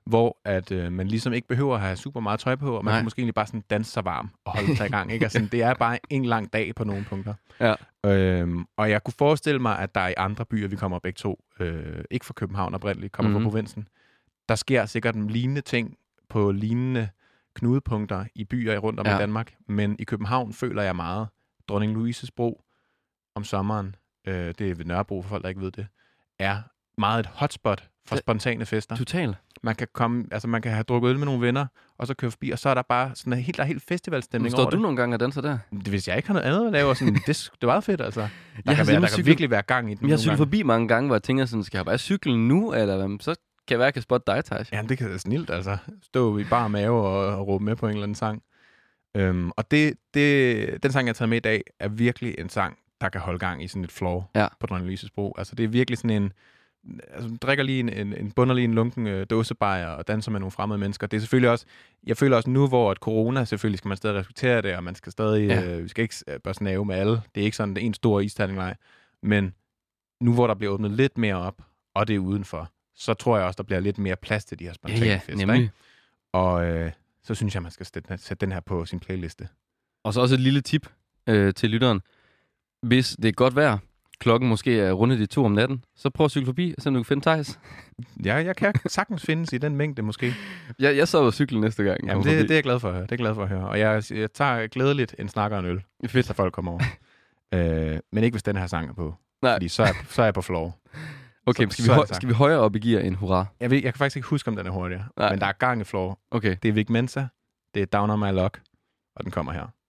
S1: hvor at øh, man ligesom ikke behøver at have super meget tøj på, og man
S2: Nej.
S1: kan måske egentlig bare sådan danse sig varm og holde sig i gang. Ikke? Altså, det er bare en lang dag på nogle punkter.
S2: Ja.
S1: Øhm, og jeg kunne forestille mig, at der er i andre byer, vi kommer begge to, øh, ikke fra København oprindeligt, kommer
S2: Mhm.
S1: fra provinsen, der sker sikkert en lignende ting på lignende knudepunkter i byer rundt om
S2: Ja.
S1: i Danmark. Men i København føler jeg meget, Dronning Louises Bro om sommeren, øh, det er ved Nørrebro, for folk, der ikke ved det, er meget et hotspot for
S2: Det-
S1: spontane fester.
S2: Total.
S1: Man kan komme, altså man kan have drukket øl med nogle venner, og så køre forbi, og så er der bare sådan en helt, der er helt festivalstemning
S2: Står
S1: over
S2: du
S1: det.
S2: nogle gange og danser der?
S1: Det, hvis jeg ikke har noget andet at lave, sådan, det, det er meget fedt, altså. Der
S2: har
S1: kan, være,
S2: simpelthen
S1: der kan
S2: cyklet-
S1: virkelig være gang i den.
S2: Jeg har
S1: nogle
S2: cyklet
S1: gange.
S2: forbi mange gange, hvor jeg tænker sådan, skal jeg bare cykle nu, eller hvad? Så kan jeg være, jeg kan spotte dig, Thijs.
S1: Jamen, det kan være snilt, altså. Stå i bar mave og, og råbe med på en eller anden sang. Øhm, og det, det, den sang, jeg har taget med i dag, er virkelig en sang, der kan holde gang i sådan et floor
S2: Ja.
S1: på Dronning Louises Bro. Altså, det er virkelig sådan en... Altså, man drikker lige en, en, en bunder lige en lunken øh, dåsebajer og danser med nogle fremmede mennesker. Det er selvfølgelig også... Jeg føler også nu, hvor at corona, selvfølgelig skal man stadig respektere det, og man skal stadig...
S2: Ja.
S1: Øh, vi skal ikke øh, bare snave med alle. Det er ikke sådan det er en stor isterninglej. Men nu, hvor der bliver åbnet lidt mere op, og det er udenfor, så tror jeg også, der bliver lidt mere plads til de her
S2: Ja,
S1: spontane
S2: ja,
S1: fester.
S2: nemlig.
S1: Ikke? Og øh, så synes jeg, man skal sætte, sætte den her på sin playliste.
S2: Og så også et lille tip øh, til lytteren. Hvis det er godt vejr, klokken måske er rundet i to om natten, så prøv at cykle forbi, og se om du kan finde Thijs.
S1: Ja, jeg kan sagtens findes i den mængde, måske.
S2: Jeg, jeg så jo cykle næste gang.
S1: Jamen, det, det er jeg glad for at høre. Det er jeg glad for at høre. Og jeg, jeg tager glædeligt en snakker og en øl,
S2: det
S1: hvis der folk kommer over. øh, men ikke hvis den her sang er på.
S2: Nej.
S1: Fordi så er, så er jeg på floor.
S2: Okay,
S1: så-
S2: skal,
S1: så
S2: vi
S1: er
S2: høj,
S1: det sagt.
S2: skal vi højere op i gear end hurra?
S1: Jeg, ved, jeg kan faktisk ikke huske, om den er hurtigere.
S2: Nej.
S1: Men der er gang i floor.
S2: Okay.
S1: Det er Vic Mensa. Det er Down on My Luck. Og den kommer her.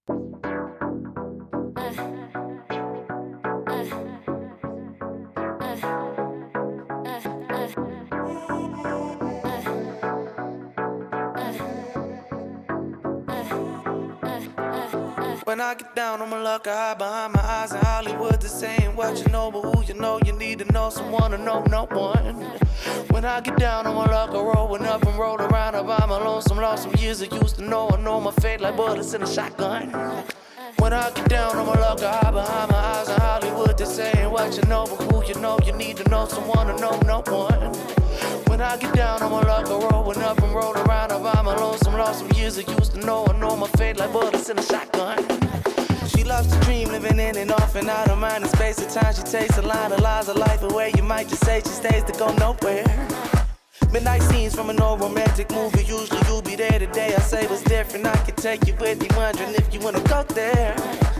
S5: When I get down on my luck, I hide behind my eyes in Hollywood. This ain't what you know, but who you know, you need to know someone to know no one. When I get down on my luck, I rollin' up and roll around. I buy my lonesome, lost some years I used to know. I know my fate like bullets in a shotgun. When I get down on my luck, I hide behind my eyes in Hollywood. This ain't what you know, but who you know, you need to know someone to know no one. When I get down on my luck, I rollin' up and roll around. I buy my lonesome, lost some years I used to know. I know my fate like bullets in a shotgun. She loves to dream, living in and off and out of mind and space. At times she takes a line of lies of life away. You might just say she stays to go nowhere. Midnight scenes from an old romantic movie. Usually you'll be there today. I say what's different. I can take you with me, wondering if you wanna go there.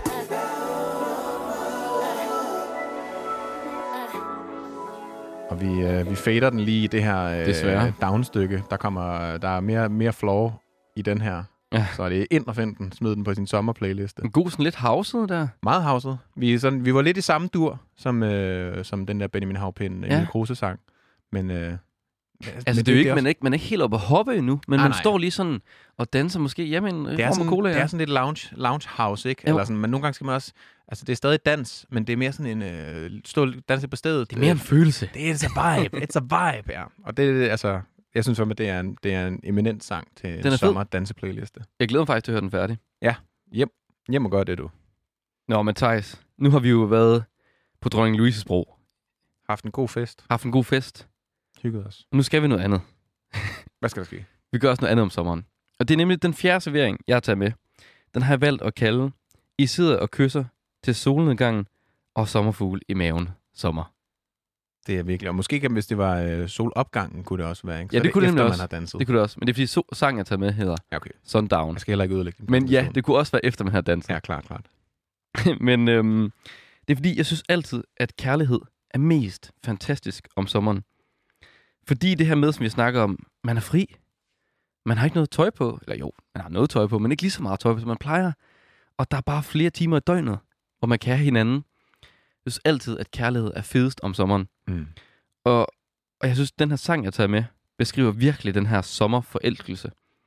S1: Og vi, øh, vi fader den lige i det her
S2: Desværre.
S1: øh, downstykke. Der kommer der er mere, mere floor i den her.
S2: Ja.
S1: Så det er ind og find den. Smid den på sin sommerplayliste.
S2: En god sådan lidt houset der.
S1: Meget houset. Vi, er sådan, vi var lidt i samme dur, som, øh, som den der Benjamin Havpind,
S2: Ja.
S1: Emil Kruse-sang. Men, øh,
S2: Altså, det er jo ikke, man er ikke, man er ikke helt oppe at hoppe endnu, men
S1: Ah,
S2: man
S1: nej.
S2: står lige sådan og danser måske hjemme en
S1: det er,
S2: rom
S1: sådan,
S2: og cola.
S1: det
S2: Ja.
S1: er sådan lidt lounge, lounge house, ikke?
S2: Jo.
S1: Eller sådan, men nogle gange skal man også... Altså, det er stadig dans, men det er mere sådan en... Øh, stå og danse på stedet.
S2: Det er mere en følelse.
S1: Det er it's a vibe. It's a vibe, ja. Og det altså... Jeg synes at det er en, det er en eminent sang til
S2: Den er
S1: en
S2: fed.
S1: sommer-danseplayliste.
S2: Jeg glæder mig faktisk til at høre den færdig.
S1: Hjem og gør det, du.
S2: Nå, men Thijs, nu har vi jo været på Dronning Louises Bro.
S1: Haft en god fest.
S2: Haft en god fest.
S1: Hygget os.
S2: Og nu skal vi noget andet.
S1: Hvad skal der ske?
S2: Vi gør også noget andet om sommeren. Og det er nemlig den fjerde servering, jeg har taget med. Den har jeg valgt at kalde I sidder og kysser til solnedgangen og sommerfugl i maven sommer.
S1: Det er virkelig. Og måske kan, hvis det var øh, solopgangen, kunne det også være, ikke?
S2: Ja,
S1: Så
S2: det
S1: er
S2: kunne det
S1: efter,
S2: nemlig
S1: man
S2: også.
S1: har danset.
S2: Det kunne det også. Men det er fordi so- sangen, jeg har taget med, hedder
S1: Ja, okay.
S2: Sundown.
S1: Jeg skal heller ikke ødelægge den.
S2: Men ja,
S1: præsentation.
S2: det kunne også være efter, man har danset.
S1: Ja, klart, klart.
S2: Men øhm, det er fordi, jeg synes altid, at kærlighed er mest fantastisk om sommeren. Fordi det her med, som vi snakker om, man er fri. Man har ikke noget tøj på. Eller jo, man har noget tøj på, men ikke lige så meget tøj på, som man plejer. Og der er bare flere timer i døgnet, hvor man kan have hinanden. Jeg synes altid, at kærlighed er fedest om sommeren.
S1: Mm.
S2: Og, og jeg synes, at den her sang, jeg tager med, beskriver virkelig den her sommerforelskelse.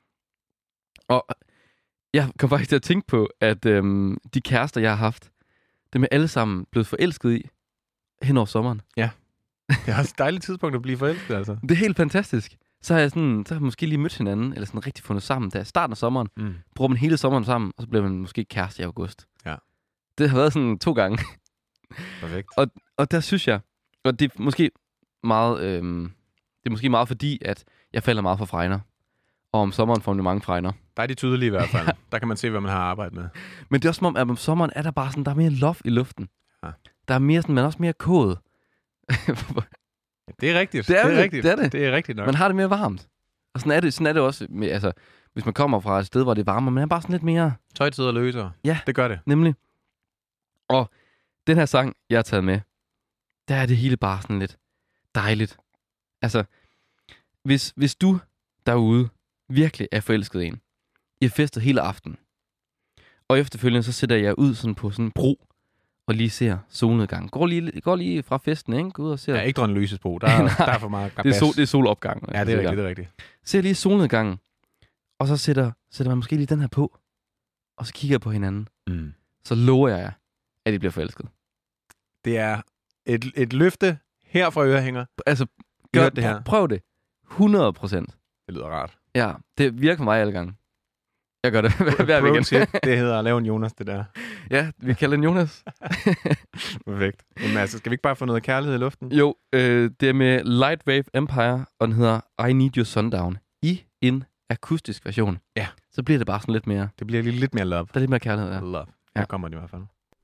S2: Og jeg kom faktisk til at tænke på, at øhm, de kærester, jeg har haft, dem er alle sammen blevet forelsket i hen over sommeren.
S1: Det er også et dejligt tidspunkt at blive forelsket, altså.
S2: Det er helt fantastisk. Så har jeg, sådan, så har jeg måske lige mødt hinanden, eller sådan rigtig fundet sammen, da starten af sommeren.
S1: Mm.
S2: Bruger man hele sommeren sammen, og så bliver man måske kæreste i august.
S1: Ja.
S2: Det har været sådan to gange.
S1: Perfekt.
S2: Og der synes jeg, og det er måske meget, øhm, det er måske meget fordi, at Jeg falder meget for fregner. Og om sommeren får man jo mange fregner.
S1: Der er de tydelige i hvert fald. Der kan man se, hvad man har arbejdet med.
S2: Men det er også som om, at om sommeren er der bare sådan, der er mere loft i luften.
S1: Ja.
S2: Der er mere sådan, man er også mere kåd.
S1: Det er rigtigt.
S2: Det er,
S1: det,
S2: det,
S1: rigtigt.
S2: det er det.
S1: Det er rigtigt nok.
S2: Man har det mere varmt. Og sådan er det, sådan er det også, med, altså, hvis man kommer fra et sted, hvor det er varmere, man er bare sådan lidt mere...
S1: Tøjet sidder løsere.
S2: Ja.
S1: Det gør det.
S2: Nemlig. Og den her sang, jeg har taget med, der er det hele bare sådan lidt dejligt. Altså, hvis, hvis du derude virkelig er forelsket i en, I har festet hele aftenen, og efterfølgende så sætter jeg ud sådan på sådan en bro, og lige ser solnedgang. Går lige, går lige fra festen, ikke? Gå ud og ser...
S1: Ja, ikke Dronning Louises bro. Der, er, der er for meget
S2: det, er sol, det er solopgang.
S1: Ja, det er rigtigt, det er rigtigt.
S2: Ser lige solnedgangen, og så sætter, sætter man måske lige den her på, og så kigger på hinanden.
S1: Mm.
S2: Så lover jeg jer, at I bliver forelsket.
S1: Det er et, et løfte her fra Ørehænger.
S2: Altså,
S1: Gør
S2: gør
S1: det her.
S2: Prøv det. hundrede procent.
S1: Det lyder rart.
S2: Ja, det virker for mig alle gange. Jeg gør det hver
S1: Pro
S2: weekend.
S1: tip, det hedder at lave en Jonas, det der.
S2: Ja, vi kalder den Jonas.
S1: Perfekt. Jamen altså, skal vi ikke bare få noget kærlighed i luften?
S2: Jo, øh, det er med Lightwave Empire, og den hedder I Need Your Sundown. I en akustisk version.
S1: Ja.
S2: Så bliver det bare sådan lidt mere...
S1: Det bliver lige lidt mere love.
S2: Der er lidt mere kærlighed, ja.
S1: Love.
S2: Ja.
S1: Her kommer det i hvert fald.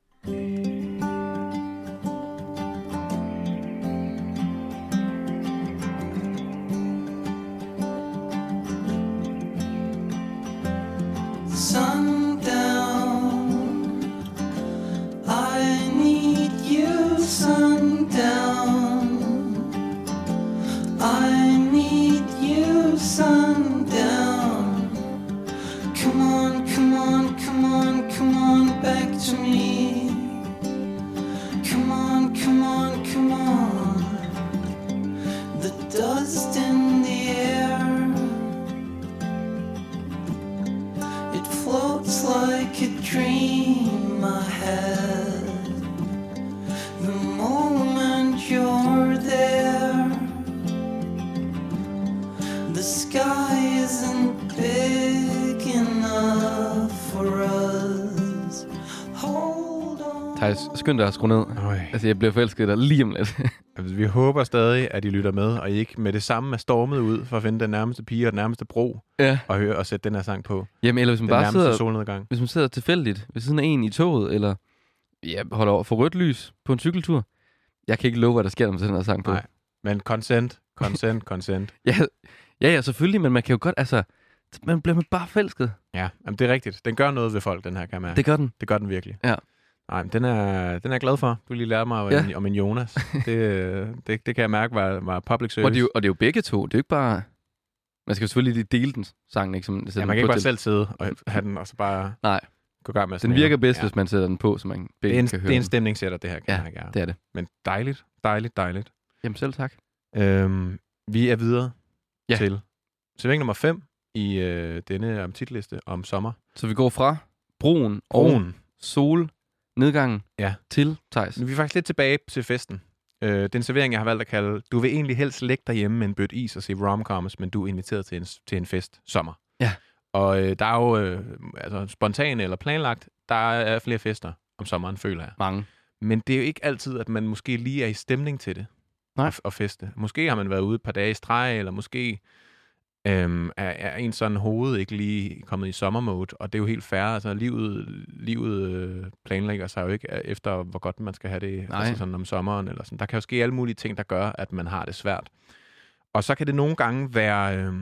S3: Sundown, I need you, sundown. I need you, sundown. Come on, come on, come on, come on back to me. Come on, come on, come on. The dust in the air, it floats like a dream I had. The moment you're there, the sky isn't big enough for us. Hold on.
S2: Thijs, skynd dig at skrue ned.
S1: Øj.
S2: Altså, jeg bliver forelsket i dig lige om lidt.
S1: Altså, vi håber stadig, at I lytter med, og I ikke med det samme er stormet ud for at finde den nærmeste pige og den nærmeste bro
S2: Ja.
S1: og høre og sætte den her sang på.
S2: Jamen, eller hvis man
S1: Den
S2: bare
S1: nærmeste
S2: sidder,
S1: solnedgang.
S2: hvis man sidder tilfældigt ved siden af en i toget, eller ja, holder over for rødt lys på en cykeltur. Jeg kan ikke love, hvad der sker, når man sætter den her sang på.
S1: Nej, men consent, consent, consent.
S2: Ja, ja, ja, selvfølgelig, men man kan jo godt, altså, man bliver man bare forelsket.
S1: Ja, jamen, det er rigtigt. Den gør noget ved folk, den her, kan jeg mærke.
S2: Det gør den.
S1: Det gør den virkelig.
S2: Ja.
S1: Nej, men den er, den er jeg glad for. Du lige lærte mig om,
S2: Ja.
S1: en, om en Jonas. det, det, det kan jeg mærke var, var public service.
S2: Og det, er jo, og det er jo begge to. Det er jo ikke bare... Man skal jo selvfølgelig lige dele den sang, ikke? Som,
S1: Ja, man kan ikke bare selv sidde og have den, og så bare
S2: Nej.
S1: gå i gang med at
S2: Den
S1: snære.
S2: virker bedst,
S1: Ja.
S2: hvis man sætter den på, så man begge
S1: Det er en,
S2: kan høre
S1: det er en
S2: den.
S1: stemningssætter, det her, kan
S2: Ja,
S1: jeg mærke. Ja.
S2: Det er det.
S1: Men dejligt, dejligt, dejligt.
S2: Jamen selv tak.
S1: Øhm, vi er videre
S2: Ja.
S1: til servering nummer fem i øh, denne appetitliste om sommer.
S2: Så vi går fra broen, og
S1: Broen.
S2: solnedgangen
S1: Ja.
S2: til Thijs.
S1: Nu er vi faktisk lidt tilbage til festen. Øh, det er en servering, jeg har valgt at kalde, du vil egentlig helst ligge derhjemme med en bøtte is og se romcoms, men du er inviteret til en, til en fest sommer.
S2: Ja.
S1: Og øh, der er jo øh, altså, spontan eller planlagt, der er flere fester om sommeren, føler jeg.
S2: Mange.
S1: Men det er jo ikke altid, at man måske lige er i stemning til det.
S2: Nej.
S1: At, at feste. Måske har man været ude et par dage i streg, eller måske øhm, er, er en sådan hoved ikke lige kommet i sommermode, og det er jo helt fair. Altså, livet, livet øh, planlægger sig jo ikke efter, hvor godt man skal have det altså sådan om sommeren. Eller sådan. Der kan jo ske alle mulige ting, der gør, at man har det svært. Og så kan det nogle gange være, øh,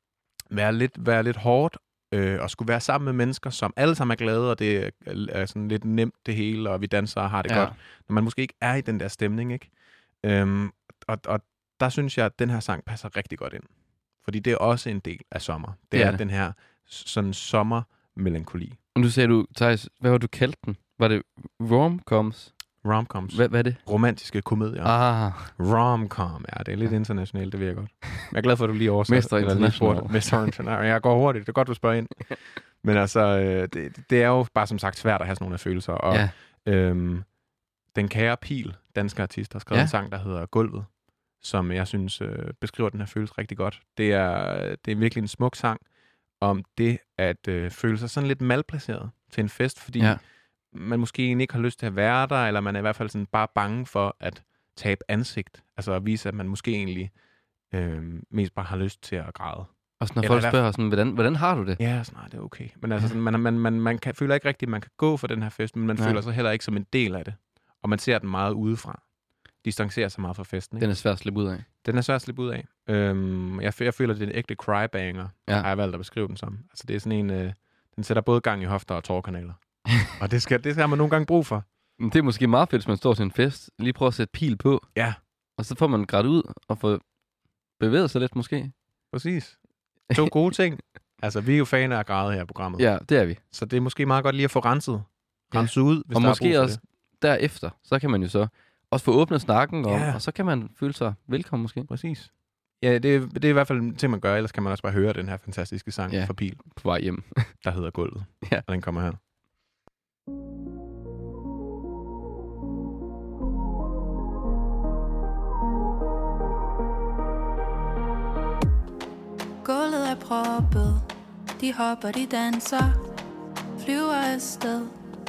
S1: være, lidt, være lidt hårdt øh, at skulle være sammen med mennesker, som alle sammen er glade, og det er, er sådan lidt nemt det hele, og vi danser og har det
S2: Ja.
S1: godt. Når man måske ikke er i den der stemning, ikke? Øhm, og, og der synes jeg, at den her sang passer rigtig godt ind. Fordi det er også en del af sommer. Det,
S2: Det er
S1: er
S2: det.
S1: den her sådan sommermelankoli.
S2: Og nu sagde du, Thijs, hvad var du kaldt den? Var det romcoms?
S1: Romcoms.
S2: Hvad, hvad er det?
S1: Romantiske komedier.
S2: Ah,
S1: Romcom. Ja, det er lidt internationalt, det ved jeg godt. Men jeg er glad for, at du lige oversætter.
S2: Mester
S1: eller lige
S2: International.
S1: spurgte. Mester International. Jeg går hurtigt. Det er godt, du spørger ind. Men altså, øh, det, det er jo bare som sagt svært at have sådan nogle af følelser. Og
S2: ja.
S1: øhm, den kære Pil, dansk artist, har skrevet
S2: Ja.
S1: en sang, der hedder Gulvet, som jeg synes øh, beskriver den her følelse rigtig godt. Det er, det er virkelig en smuk sang om det at øh, føle sig sådan lidt malplaceret til en fest, fordi
S2: Ja.
S1: man måske egentlig ikke har lyst til at være der, eller man er i hvert fald sådan bare bange for at tabe ansigt, altså at vise, at man måske egentlig øh, mest bare har lyst til at græde.
S2: Og sådan, når
S1: Eller
S2: folk
S1: i hvert
S2: spørger sådan, hvordan, hvordan har du det?
S1: Ja, sådan, nej, det er okay. Men altså, sådan, man, man, man, man kan, føler ikke rigtigt, at man kan gå for den her fest, men man
S2: Nej.
S1: føler sig heller ikke som en del af det. Og man ser den meget udefra. Distancerer sig meget fra festen. Ikke?
S2: Den er svær at slippe ud af.
S1: Den er svært at slippe ud af. Øhm, jeg, jeg føler, det er en ægte crybanger,
S2: Ja.
S1: har jeg valgt at beskrive den som. Altså, det er sådan en, øh, den sætter både gang i hofter og tårkanaler. Og det skal, det skal man nogle gange brug for.
S2: Men det er måske meget fedt, hvis man står til en fest. Lige prøve at sætte pil på.
S1: Ja.
S2: Og så får man grædt ud og får bevæget sig lidt måske.
S1: Præcis. To gode ting. Altså, vi er jo fan af at græde her i programmet.
S2: Ja, det er vi.
S1: Så det er måske meget godt lige at få renset.
S2: Ja.
S1: Renset ud, hvis
S2: Og
S1: der er
S2: måske
S1: brug for
S2: også
S1: det.
S2: derefter, så kan man jo så også få åbnet snakken, og,
S1: Ja.
S2: og så kan man føle sig velkommen måske
S1: Præcis. Ja, det, det er i hvert fald en ting, man gør. Ellers kan man også bare høre den her fantastiske sang
S2: Ja.
S1: fra Pil,
S2: på vej hjem.
S1: der hedder Gulvet.
S2: Ja.
S1: Og den kommer her.
S6: Gulvet er proppet, de hopper, de danser, flyver afsted.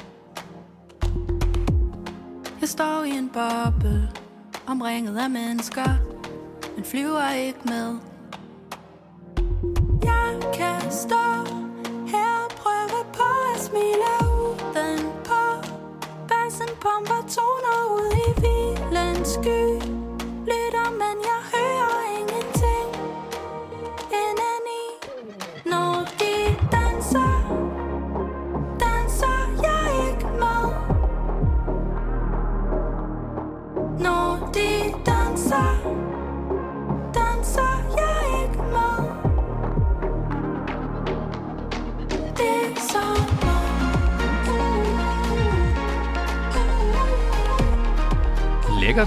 S6: Jeg står i en boble, omringet af mennesker, men flyver ikke med. Jeg kan stå her og prøve på at smile udenpå. Bassen pumper toner ud i hvilens sky. Lytter, men jeg hører ingenting indeni. Når de danser, danser jeg ikke med. Når de danser, danser jeg ikke med. Det er sommer.
S2: Lækkert.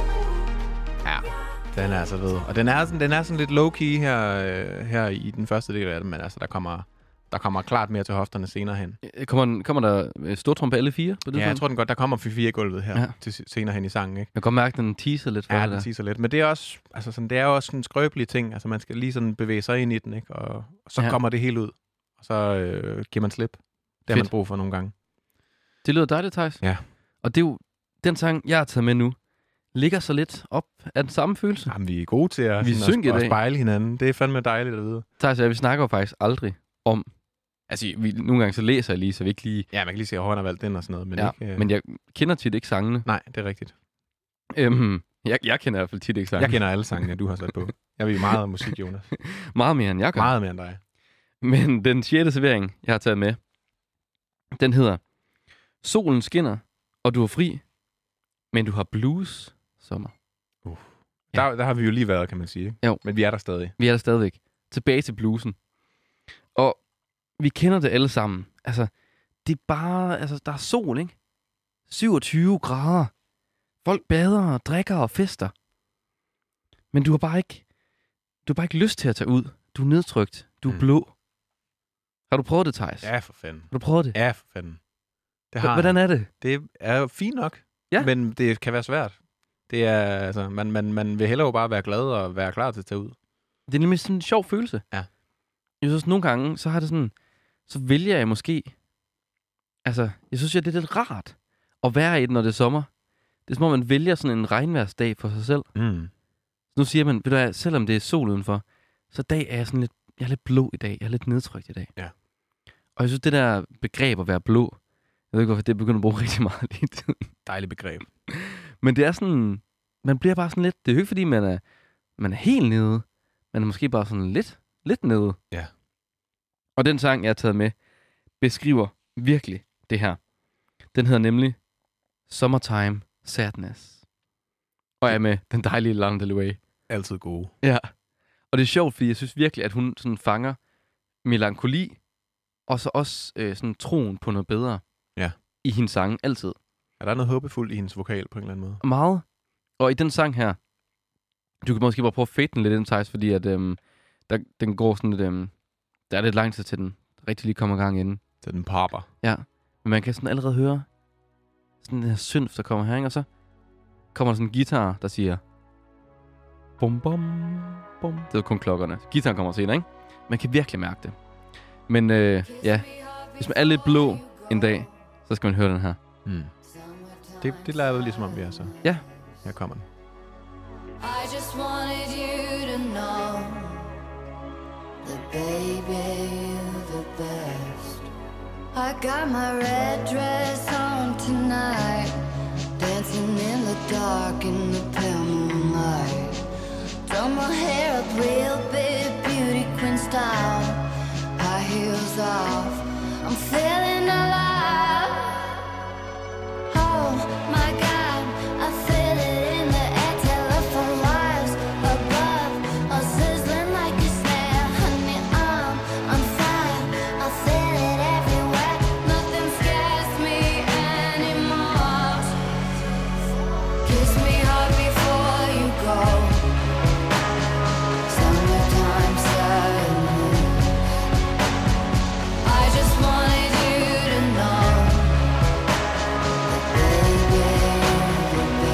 S1: Ja, den er altså ved. Og den er sådan, den er sådan lidt low-key her, øh, her i den første del af det, men altså, der kommer, der kommer klart mere til hofterne senere hen.
S2: Kommer, kommer der øh, stortrum på alle fire? På det
S1: Ja, jeg
S2: punkt?
S1: tror den godt, der kommer fire gulvet her
S2: Ja.
S1: ja. til senere hen i sangen, ikke?
S2: Jeg kan godt mærke, at den teaser lidt for
S1: Ja,
S2: det
S1: den
S2: der.
S1: siger så lidt. Men det er også, altså sådan, det er jo også en skrøbelig ting. Altså, man skal lige sådan bevæge sig ind i den, ikke? Og, og så
S2: Ja.
S1: ja. kommer det helt ud. Og så øh, giver man slip. Det har
S2: Fedt.
S1: man brug for nogle gange.
S2: Det lyder dejligt, Thijs.
S1: Ja.
S2: Og det er jo, den sang, jeg har taget med nu, ligger så lidt op af den samme følelse.
S1: Jamen, vi er gode til at,
S2: Vi er
S1: sådan,
S2: synk i
S1: at, at
S2: dag.
S1: spejle hinanden. Det er fandme dejligt at vide.
S2: Thijs og jeg, vi snakker jo faktisk aldrig om... Altså, vi, nogle gange så læser jeg lige, så vi ikke lige...
S1: Ja, man kan lige se, at højren har valgt den og sådan noget. Men,
S2: Ja,
S1: ikke, øh...
S2: men jeg kender tit ikke sangene.
S1: Nej, det er rigtigt.
S2: Øhm, jeg, jeg kender i hvert fald tit ikke sangene.
S1: Jeg kender alle sangene, du har sat på. Jeg ved meget om musik, Jonas.
S2: Meget mere, end jeg gør.
S1: Meget mere end dig.
S2: Men den sjette servering, jeg har taget med, den hedder Solen skinner, og du er fri, men du har blues sommer. Ja.
S1: Der, der har vi jo lige været, kan man sige. Ikke?
S2: Jo.
S1: Men vi er der stadig.
S2: Vi er der stadigvæk. Tilbage til bluesen. Og vi kender det alle sammen. Altså, det er bare... Altså, der er sol, ikke? syvogtyve grader. Folk bader og drikker og fester. Men du har bare ikke... Du har bare ikke lyst til at tage ud. Du er nedtrykt. Du er
S1: Mm.
S2: blå. Har du prøvet det, Thijs?
S1: Ja, for fanden.
S2: Har du prøvet det?
S1: Ja, for fanden. Det
S2: H- Hvordan er det?
S1: Det er jo fint nok,
S2: Ja.
S1: men det kan være svært. Det er, altså, man, man, man vil hellere jo bare være glad og være klar til at tage ud.
S2: Det er nemlig sådan en sjov følelse.
S1: Ja.
S2: Jeg synes, nogle gange, så har det sådan... Så vælger jeg måske... Altså, jeg synes, at det er lidt rart at være i det, når det er sommer. Det er som om, man vælger sådan en regnværsdag for sig selv.
S1: Mm.
S2: Nu siger man, ved du hvad, selvom det er sol udenfor, så i dag er jeg sådan lidt... Jeg er lidt blå i dag. Jeg er lidt nedtrykt i dag.
S1: Ja.
S2: Og jeg synes, det der begreb at være blå... Jeg ved ikke, hvorfor det begynder at bruge rigtig meget lige i tiden.
S1: Dejligt begreb.
S2: Men det er sådan... Man bliver bare sådan lidt... Det er jo ikke, fordi man er, man er helt nede. Man er måske bare sådan lidt, lidt nede.
S1: Ja.
S2: Og den sang, jeg har taget med, beskriver virkelig det her. Den hedder nemlig Summertime Sadness. Og er med den dejlige Lana Del Rey.
S1: Altid gode.
S2: Ja. Og det er sjovt, fordi jeg synes virkelig, at hun sådan fanger melankoli, og så også øh, sådan troen på noget bedre.
S1: Ja.
S2: I hendes sange, altid.
S1: Er der noget håbefuldt i hendes vokal på en eller anden måde?
S2: Meget. Og i den sang her, du kan måske bare prøve at fade den lidt ind, Thijs, fordi at, øhm, der, den går sådan lidt... Øhm, der er lidt lang tid til den rigtig lige kommer i gang inden.
S1: Til den popper.
S2: Ja. Men man kan sådan allerede høre sådan den her synth, der kommer her, ikke? Og så kommer der sådan en guitar, der siger... Bum, bum, bum. Det er kun klokkerne. Guitaren kommer senere, ikke? Man kan virkelig mærke det. Men øh, ja, hvis man er lidt blå en dag, så skal man høre den her.
S1: Mm. Det, det lader jo ligesom om vi er så.
S2: Ja.
S1: Her kommer den.
S3: I just wanted you to Baby, you're the best. I got my red dress on tonight, dancing in the dark in the pale moonlight. Done my hair up real big, beauty queen style. High heels off, I'm feeling alive. Oh my God, I feel it in the air. Telephone wires above, all sizzling like a snare. Honey, I'm on fire, I feel it everywhere. Nothing scares me anymore. Kiss me hard before you go. Summertime sadness. I just wanted you to know that baby, you're the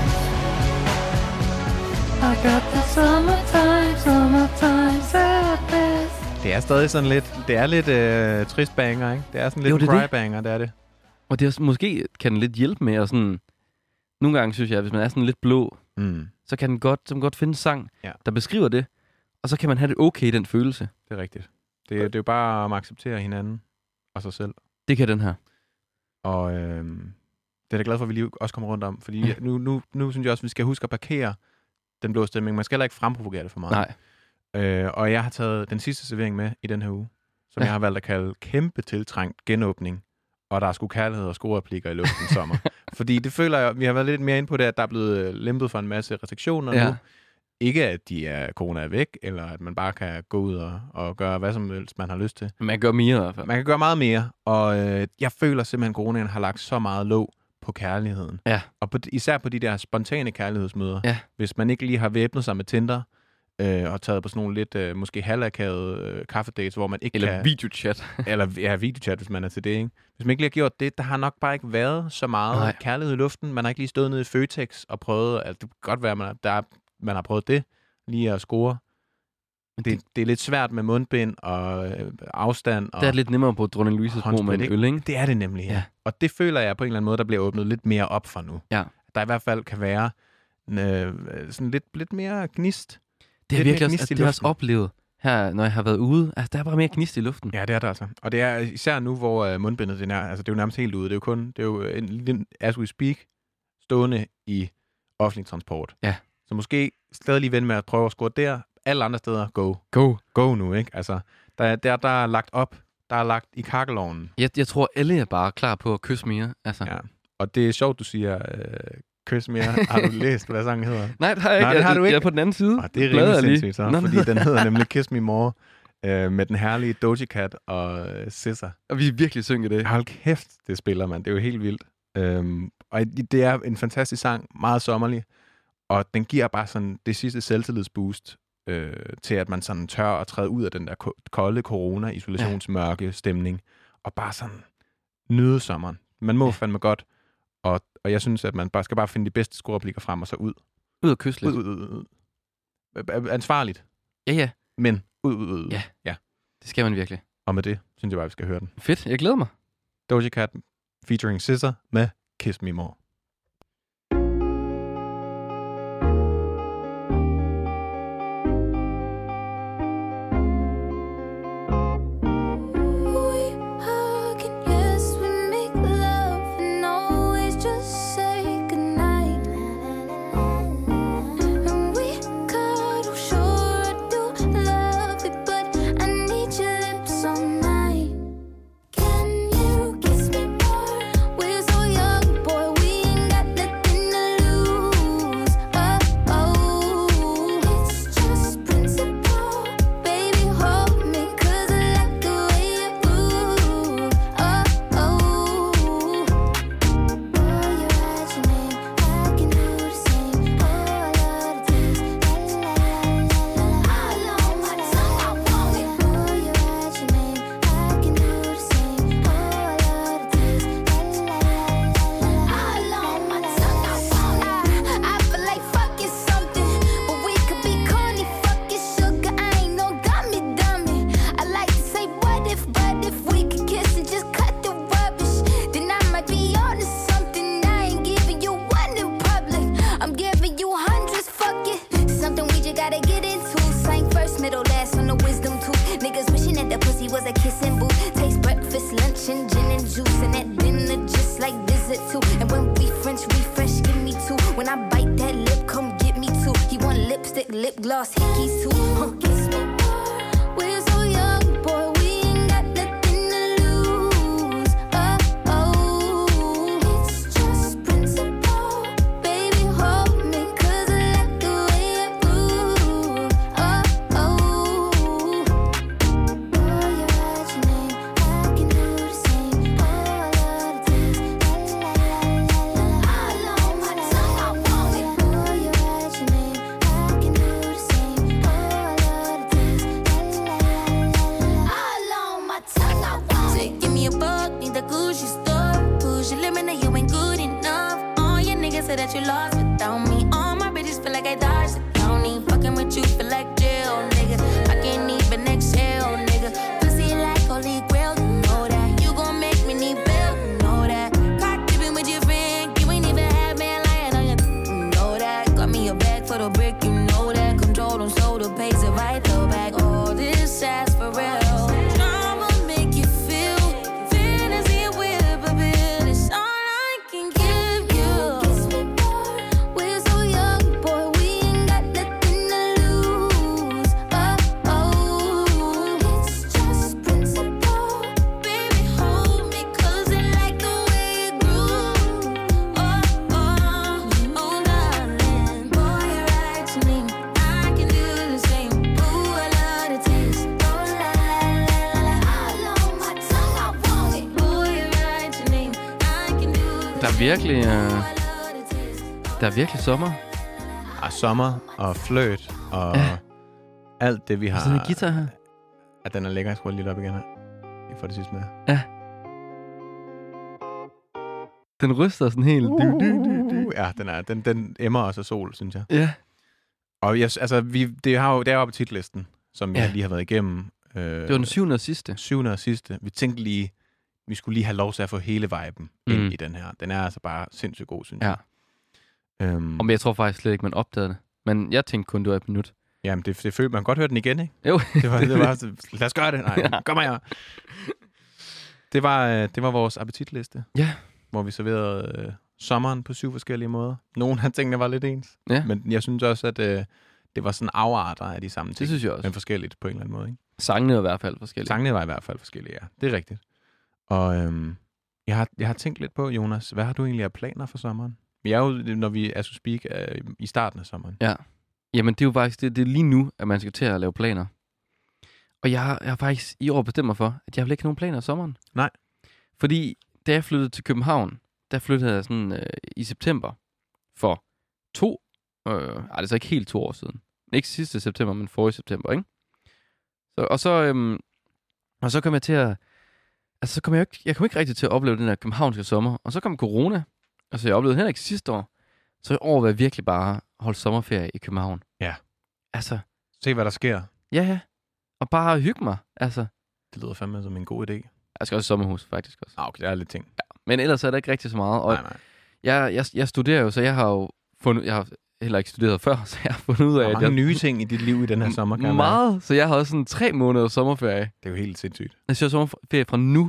S3: best. I got the summertime, summertime sadness.
S1: Det er stadig sådan lidt, det er lidt øh, trist banger, ikke? Det er sådan lidt
S2: Jo,
S1: en
S2: det er
S1: cry
S2: det.
S1: banger, det er det.
S2: Og det er, også- måske kan den lidt hjælpe med at sådan... Nogle gange synes jeg, at hvis man er sådan lidt blå,
S1: Mm,
S2: så kan den godt, så kan man godt finde en sang,
S1: Ja.
S2: der beskriver det. Og så kan man have det okay, den følelse.
S1: det er rigtigt. Det, det er jo bare at acceptere hinanden og sig selv.
S2: Det kan den her.
S1: Og øh, det er jeg glad for, at vi lige også kommer rundt om. Fordi
S2: Ja.
S1: ja. nu, nu, nu synes jeg også, at vi skal huske at parkere den blå stemning. Man skal heller ikke fremprovokere det for meget.
S2: Nej.
S1: Øh, og jeg har taget den sidste servering med i den her uge, som
S2: Ja.
S1: jeg har valgt at kalde kæmpe tiltrængt genåbning. Og der er sgu kærlighed og skoreplikker i luften sommer. Fordi det føler jeg, vi har været lidt mere inde på det, at der er blevet lempet for en masse restriktioner
S2: Ja.
S1: nu. Ikke at de er, corona er væk, eller at man bare kan gå ud og, og gøre hvad som helst, man har lyst til.
S2: Man gør mere i hvert fald.
S1: Man kan gøre meget mere, og øh, jeg føler simpelthen, at coronaen har lagt så meget låg på kærligheden.
S2: Ja.
S1: Og på, især på de der spontane kærlighedsmøder.
S2: Ja.
S1: Hvis man ikke lige har væbnet sig med Tinder, øh, og taget på sådan nogle lidt, øh, måske halvakavede øh, kaffedates, hvor man ikke
S2: Eller
S1: kan...
S2: videochat.
S1: Eller ja, videochat, hvis man er til det, ikke? Hvis man ikke lige har gjort det, der har nok bare ikke været så meget
S2: Nej.
S1: Nej. kærlighed i luften. Man har ikke lige stået nede i Føtex og prøvet... Altså, det kan godt være, at man, der, man har prøvet det, lige at score.
S2: Men
S1: Det, det er lidt svært med mundbind og øh, afstand. Og
S2: Det er lidt nemmere på Dronning Louise's bro med
S1: håndsprit,
S2: en
S1: ikke?
S2: øl, ikke?
S1: Det er det nemlig, ja.
S2: Ja.
S1: ja. Og det føler jeg på en eller anden måde, der bliver åbnet lidt mere op for nu.
S2: Ja.
S1: Der i hvert fald kan være en, øh, sådan lidt, lidt mere gnist.
S2: Det er
S1: Lidt mere
S2: virkelig også,
S1: gnist
S2: altså,
S1: i
S2: det har jeg også
S1: luften.
S2: oplevet her, når jeg har været ude. Altså, der er bare mere gnist i luften.
S1: Ja, det er der altså. Og det er især nu, hvor øh, mundbindet det er, altså, det er jo nærmest helt ude. Det er jo kun, det er jo en, lille, as we speak, stående i offentlig transport.
S2: Ja.
S1: Så måske stadig lige vende med at prøve at score der. Alle andre steder, go.
S2: Go.
S1: Go nu, ikke? Altså, der, er- der, der er lagt op. Der er lagt i kakkelovnen.
S2: Jeg, jeg tror, alle er bare klar på at kysse mere. Altså.
S1: Ja. Og det er sjovt, du siger, øh, kys mere. Har du læst, hvad sangen hedder?
S2: Nej, det har jeg ikke.
S1: Nej, det har
S2: jeg,
S1: du ikke.
S2: Jeg er på den anden side.
S1: Og det er
S2: Bladrer
S1: rimelig
S2: lige.
S1: sindssygt så,
S2: Nå,
S1: fordi den hedder nemlig Kiss Me More, øh, med den herlige Doja Cat og øh, S Z A.
S2: Og vi er virkelig synge det.
S1: Hold kæft, det spiller man. Det er jo helt vildt. Øhm, og det er en fantastisk sang, meget sommerlig, og den giver bare sådan det sidste selvtillidsboost øh, til, at man sådan tør at træde ud af den der ko- kolde corona-isolationsmørke stemning, og bare sådan nyde sommeren. Man må
S2: Ja.
S1: ja. fandme godt, og, og jeg synes, at man bare skal bare finde de bedste scoreplikker frem, og så ud.
S2: Ud og kysse lidt.
S1: Ud, ud, ud, ud. Øh, Ansvarligt,
S2: Ja, ja.
S1: men ud, ud, ud.
S2: Ja.
S1: ja.
S2: Det skal man virkelig.
S1: Og med det, synes jeg bare, vi skal høre den.
S2: Fedt. Jeg glæder mig.
S1: Doja Cat featuring S Z A med Kiss Me More.
S3: We hug and yes, we make love and always just say goodnight. And we cuddle, sure I do love it, but I need your lips all night. Can you kiss me more? We're so young, boy, we lip gloss, hickeys too. Huh. Kiss me more. We're so young, boy, we ain't got nothing to lose. Oh, oh, it's just principle. Baby, hold me, cause I like the way it moves. Oh, oh. Boy, you write your name, I can do the same. Oh, I love the taste. La, la, la, la, la, la. All on my tongue, I want it. Boy, you write your name, I can do the same. Oh, I love the taste. La, la, la, la, la, la. All on my tongue, I want it. Give me a buck, need the Gucci store. Push your limit, now you ain't good enough. All your niggas say that you lost without me. All my bitches feel like I dodged the county. Fucking with you feel like jail, nigga. I can't even exhale, nigga. Pussy like holy grail, you know that. You gon' make me need bail, you know that. Caught dipping with your friend, you ain't even had man lying on you, you know that. Got me a bag for the brick, you know that. Control them so the pays it right, throw back. All this ass for real. Drama make you feel fantasy with a bill. It's all I can give you. Kiss me more. We're so young, boy, we ain't got nothing to lose. Oh, oh, it's just principle. Baby, hold me, cause I like the way it groove. Oh, oh, oh, darling. Boy, you write your name, I can do the same. Ooh, I love the taste. Oh, la, la, la, la, la. All on my tongue, I want it. Boy, you write your name, I can do the
S2: Der er virkelig, øh,
S3: Ooh, I love the taste.
S2: der er virkelig sommer.
S1: Og sommer og fløjt og
S2: Ja.
S1: alt det, vi har...
S2: Sådan en guitar her.
S1: At den er lækker. Jeg skruer lidt op igen her. Jeg får det sidste med.
S2: Den ryster sådan helt. Du, du, du, du.
S1: Ja, den, er, den, den emmer også af sol, synes jeg.
S2: Ja.
S1: Og jeg, altså, vi, det, har jo, det er jo på titlisten, som vi
S2: Ja.
S1: lige har været igennem. Øh,
S2: Det var den syvende og sidste.
S1: syvende og sidste. Vi tænkte lige, vi skulle lige have lov til at få hele viben
S2: Mm.
S1: ind i den her. Den er altså bare sindssygt god, synes
S2: Ja.
S1: jeg. Øhm,
S2: Og jeg tror faktisk slet ikke, man opdagede det. Men jeg tænkte kun, det var et minut.
S1: Jamen, det, det følte man kan godt høre den igen, ikke?
S2: Jo.
S1: Det var, det var lad os gøre det. Nej,
S2: Ja.
S1: kom her. Det var, øh, det var vores appetitliste.
S2: Ja.
S1: Hvor vi serverede øh, sommeren på syv forskellige måder. Nogle af tingene var lidt ens.
S2: Ja.
S1: Men jeg synes også, at øh, det var sådan afarter af de samme ting.
S2: Det synes jeg også.
S1: Men forskelligt på en eller anden måde, ikke?
S2: Sangene var i hvert fald forskellige.
S1: Sangene var i hvert fald forskellige, ja. Det er rigtigt. Og øhm, jeg, har, jeg har tænkt lidt på, Jonas, hvad har du egentlig af planer for sommeren? Vi er jo, når vi er så speak, øh, i starten af sommeren.
S2: Ja. Jamen, det er jo faktisk det, det er lige nu, at man skal til at lave planer. Og jeg har, jeg har faktisk i år bestemt mig for, at jeg vil ikke have nogen planer i sommeren.
S1: Nej.
S2: Fordi da jeg flyttede til København, der flyttede jeg sådan øh, i september for to, øh, ej, det er så ikke helt to år siden. Ikke sidste september, men forrige september, ikke? Så, og så, øhm, og så kom jeg til at, altså så kom jeg ikke, jeg kom ikke rigtig til at opleve den der københavnske sommer. Og så kom corona, altså jeg oplevede heller ikke sidste år. Så i år vil jeg virkelig bare holde sommerferie i København.
S1: Ja.
S2: Altså,
S1: Se, hvad der sker.
S2: ja, ja. Og bare hygge mig, altså.
S1: Det lyder fandme som en god idé.
S2: Jeg skal også i sommerhus, faktisk også.
S1: Ah, okay, der er lidt ting.
S2: Men ellers er der ikke rigtig så meget. Og
S1: Nej, nej.
S2: jeg, jeg, jeg studerer jo, så jeg har jo fundet, jeg har heller ikke studeret før, så jeg har fundet ud af,
S1: Der er
S2: at
S1: mange
S2: jeg...
S1: nye ting i dit liv i den her sommer, kan jeg mærke.
S2: Meget, så jeg har også sådan tre måneder sommerferie.
S1: Det er jo helt sindssygt.
S2: Jeg skal have sommerferie fra nu.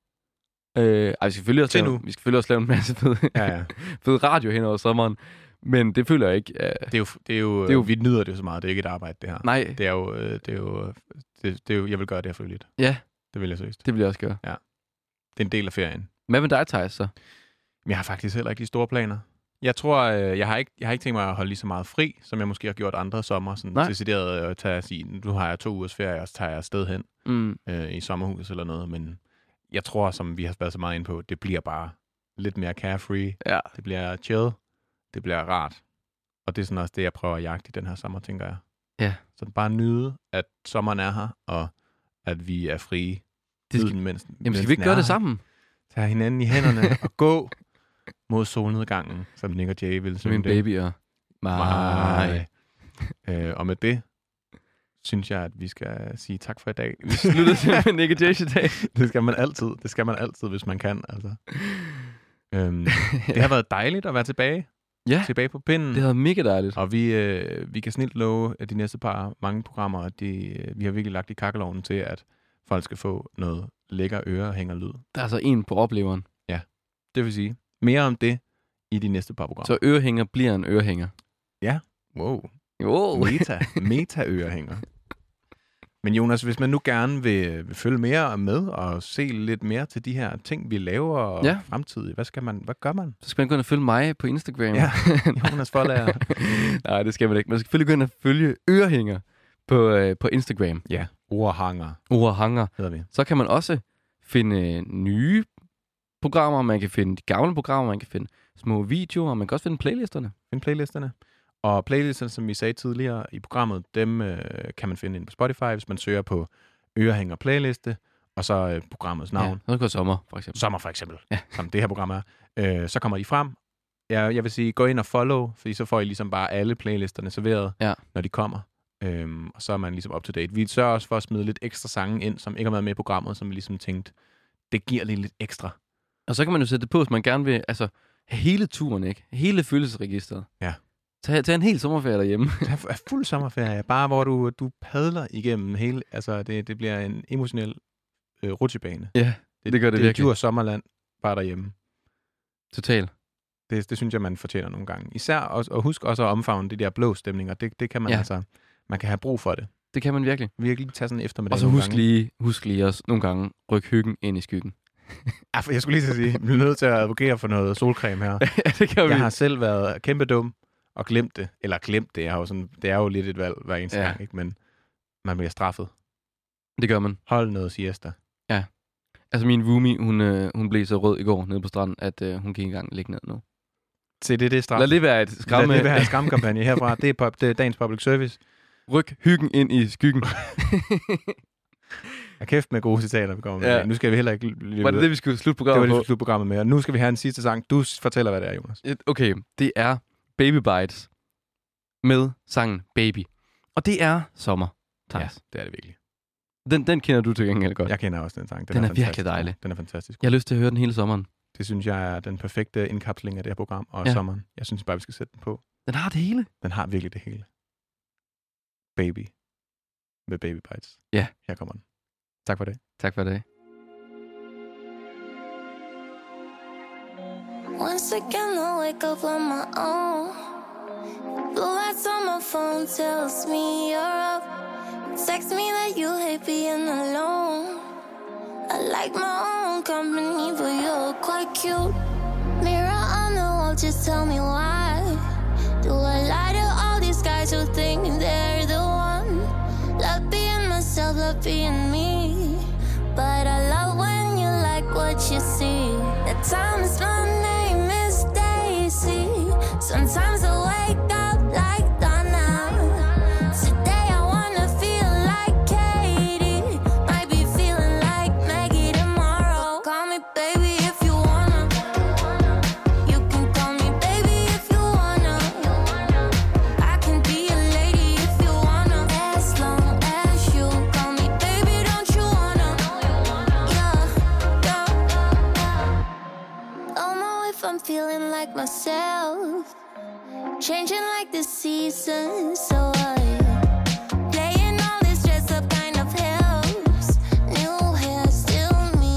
S2: Øh, ej, vi skal selvfølgelig også
S1: Til
S2: lave,
S1: nu.
S2: vi skal selvfølgelig også lave en masse fed,
S1: Ja, ja.
S2: fed radio hen over sommeren. Men det føler jeg ikke. Uh,
S1: Det er jo, det er jo,
S2: Det er jo-
S1: vi nyder det jo så meget. Det er ikke et arbejde, det her.
S2: nej,
S1: Det er jo, øh, det er jo, det, det er jo, jeg vil gøre det her frivilligt.
S2: ja,
S1: Det vil jeg seriøst.
S2: det vil jeg også gøre.
S1: Det er en del af ferien.
S2: Hvad med dig, Thijs, så?
S1: Men jeg har faktisk heller ikke de store planer. Jeg tror, øh, jeg har ikke, jeg har ikke tænkt mig at holde lige så meget fri, som jeg måske har gjort andre sommer. Sådan
S2: Nej.
S1: decideret at tage og sige, nu har jeg to ugers ferie, og så tager jeg afsted hen
S2: Mm,
S1: øh, i sommerhus eller noget. Men jeg tror, som vi har været så meget inde på, det bliver bare lidt mere carefree.
S2: ja,
S1: Det bliver chill. Det bliver rart. Og det er sådan også det, jeg prøver at jagte i den her sommer, tænker jeg.
S2: Ja.
S1: Så bare nyde, at sommeren er her, og at vi er frie.
S2: Det skal-
S1: Nyde den, mens,
S2: jamen
S1: mens
S2: skal vi ikke
S1: den
S2: gøre
S1: er
S2: det
S1: her.
S2: sammen?
S1: Tage hinanden i hænderne og gå mod solnedgangen, som Nick og Jay ville
S2: Som min
S1: synge det.
S2: baby og mig.
S1: Nej. Øh, og med det, synes jeg, at vi skal sige tak for i dag.
S2: Vi sluttede til med Nick og Jay i dag.
S1: Det skal man altid. Det skal man altid, hvis man kan. Altså. Øhm, det har været dejligt at være tilbage.
S2: Ja,
S1: Tilbage på pinden.
S2: det har været mega dejligt.
S1: Og vi, øh, vi kan snilt love, at de næste par mange programmer, at de, øh, vi har virkelig lagt i kakkelovnen til, at folk skal få noget lækker øre og hænger lyd.
S2: Der er altså en på opleveren.
S1: Det vil sige, mere om det i de næste par programmer.
S2: Så ørehænger bliver en ørehænger.
S1: Wow.
S2: Jo.
S1: Meta. Meta-ørehænger. Men Jonas, hvis man nu gerne vil, vil følge mere med og se lidt mere til de her ting, vi laver og
S2: ja.
S1: fremtidigt, hvad skal man, hvad gør man?
S2: Så skal man gå ind og følge mig på Instagram.
S1: Ja, Jonas Forlager.
S2: Nej, det skal man ikke. Man skal selvfølgelig gå ind og følge Ørehænger på, øh, på Instagram.
S1: Ja, Ordhanger.
S2: Ordhanger.
S1: Hedder vi.
S2: Så kan man også finde nye programmer, man kan finde de gamle programmer, man kan finde små videoer, og man kan også finde playlisterne.
S1: Finde playlisterne. Og playlisterne, som vi sagde tidligere i programmet, dem øh, kan man finde ind på Spotify, hvis man søger på Ørehænger playliste, og så øh, programmets navn.
S2: Ja, så går sommer, for eksempel.
S1: Sommer, for eksempel,
S2: ja.
S1: Som det her program er. Øh, så kommer de frem. Jeg, jeg vil sige, gå ind og follow, fordi så får I ligesom bare alle playlisterne serveret,
S2: ja.
S1: når de kommer. Øhm, og så er man ligesom up to date. Vi sørger også for at smide lidt ekstra sange ind, som ikke har været med i programmet, som vi ligesom tænkte, det giver lige lidt ekstra.
S2: Og så kan man jo sætte det på, hvis man gerne vil, altså, have hele turen, ikke? Hele følelsesregisteret.
S1: Ja.
S2: Tag, tag en hel sommerferie derhjemme.
S1: Tag fuld sommerferie, bare hvor du, du padler igennem hele, altså det, det bliver en emotionel øh, rutsjebane.
S2: Ja, det, det gør det,
S1: det
S2: virkelig.
S1: Det er sommerland, bare derhjemme.
S2: Total.
S1: Det, det synes jeg, man fortjener nogle gange. Især også, og husk også at omfavne de der blå stemninger. Det, det kan man ja. altså, man kan have brug for det.
S2: Det kan man virkelig.
S1: Virkelig tage sådan eftermiddag.
S2: Og så husk lige, husk lige også nogle gange rykke hyggen ind i skyggen.
S1: Ja, jeg skulle lige så sige, vi er nødt til at advokere for noget solcreme her.
S2: Ja, det kan vi.
S1: Jeg har selv været kæmpe dum og glemt det. Eller glemt det. Jeg har jo sådan, det er jo lidt et valg hver eneste ja. gang, ikke? Men man bliver straffet.
S2: Det gør man.
S1: Hold noget siesta.
S2: Ja. Altså min roomie, hun, øh, hun blev så rød i går nede på stranden, at øh, hun kan ikke engang ligge ned nu.
S1: Se, det er det straf.
S2: Lad det være et skræmme.
S1: Lad det være en skræmmekampagne herfra. Det er, pop, det er dagens public service.
S2: Ryk hyggen ind i skyggen.
S1: Jeg kæft med gode citater, vi kommer med. Ja. Nu skal vi heller ikke...
S2: Var det det, vi skulle slutte programmet
S1: på? Det var det, vi
S2: skulle
S1: slutte programmet med. Og nu skal vi have en sidste sang. Du fortæller, hvad det er, Jonas.
S2: Okay, det er Baby Bites med sangen Baby. Og det er sommer.
S1: Ja, det er det virkelig.
S2: Den, den kender du til gengæld godt.
S1: Jeg kender også den sang.
S2: Den, den er, er virkelig dejlig.
S1: Den er fantastisk.
S2: Jeg har lyst til at høre den hele sommeren.
S1: Det synes jeg er den perfekte indkapsling af det her program og
S2: ja.
S1: sommeren. Jeg synes bare, vi skal sætte den på.
S2: Den har det hele.
S1: Den har virkelig det hele. Baby. Med Baby Bites.
S2: Ja.
S1: Her kommer den. Tak for det.
S2: Tak for det.
S7: Once again I wake up on my own. Blue lights on my phone tells me you're up. Text me that you hate being alone. I like my own company, but you're quite cute. Mirror on the wall, just tell me why. Do I lie to all these guys who think they're the one? Love being myself, love being me. But I love when you like what you see. At times my name is Daisy. Sometimes I wake up like Donna. Today I wanna feel like Katie. Might be feeling like Maggie tomorrow. Call me baby if you wanna. You can call me baby if you wanna. I can be a lady if you wanna. As long as you call me baby, don't you wanna? Yeah, yeah. Don't know if I'm feeling like myself. Changing like the seasons, so I playing all this dress up kind of helps. New hair, still me.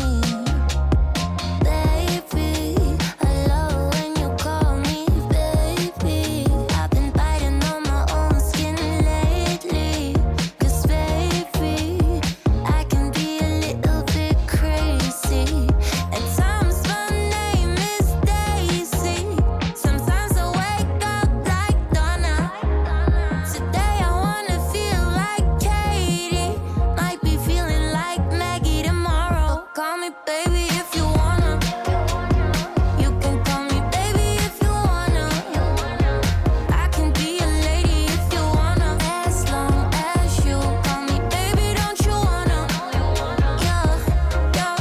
S7: Baby, I love when you call me baby. I've been biting on my own skin lately. Cause baby, I can be a little bit crazy. At times my name is Daisy. Sometimes I wake up like Donna. Today I wanna feel like Katie. Might be feeling like Maggie tomorrow. Call me baby if you wanna. You can call me baby if you wanna. I can be a lady if you wanna. As long as you call me baby, don't you wanna? Yeah, yeah.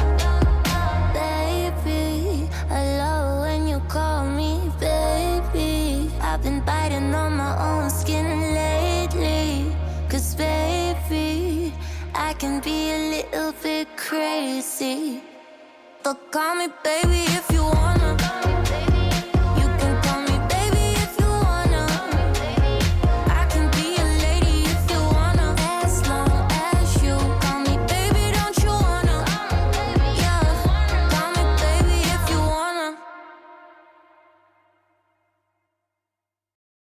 S7: Baby, I love when you call me baby. I've been biting on my own skin lately. Cause baby, I can be a little bit crazy. But call me baby if you wanna.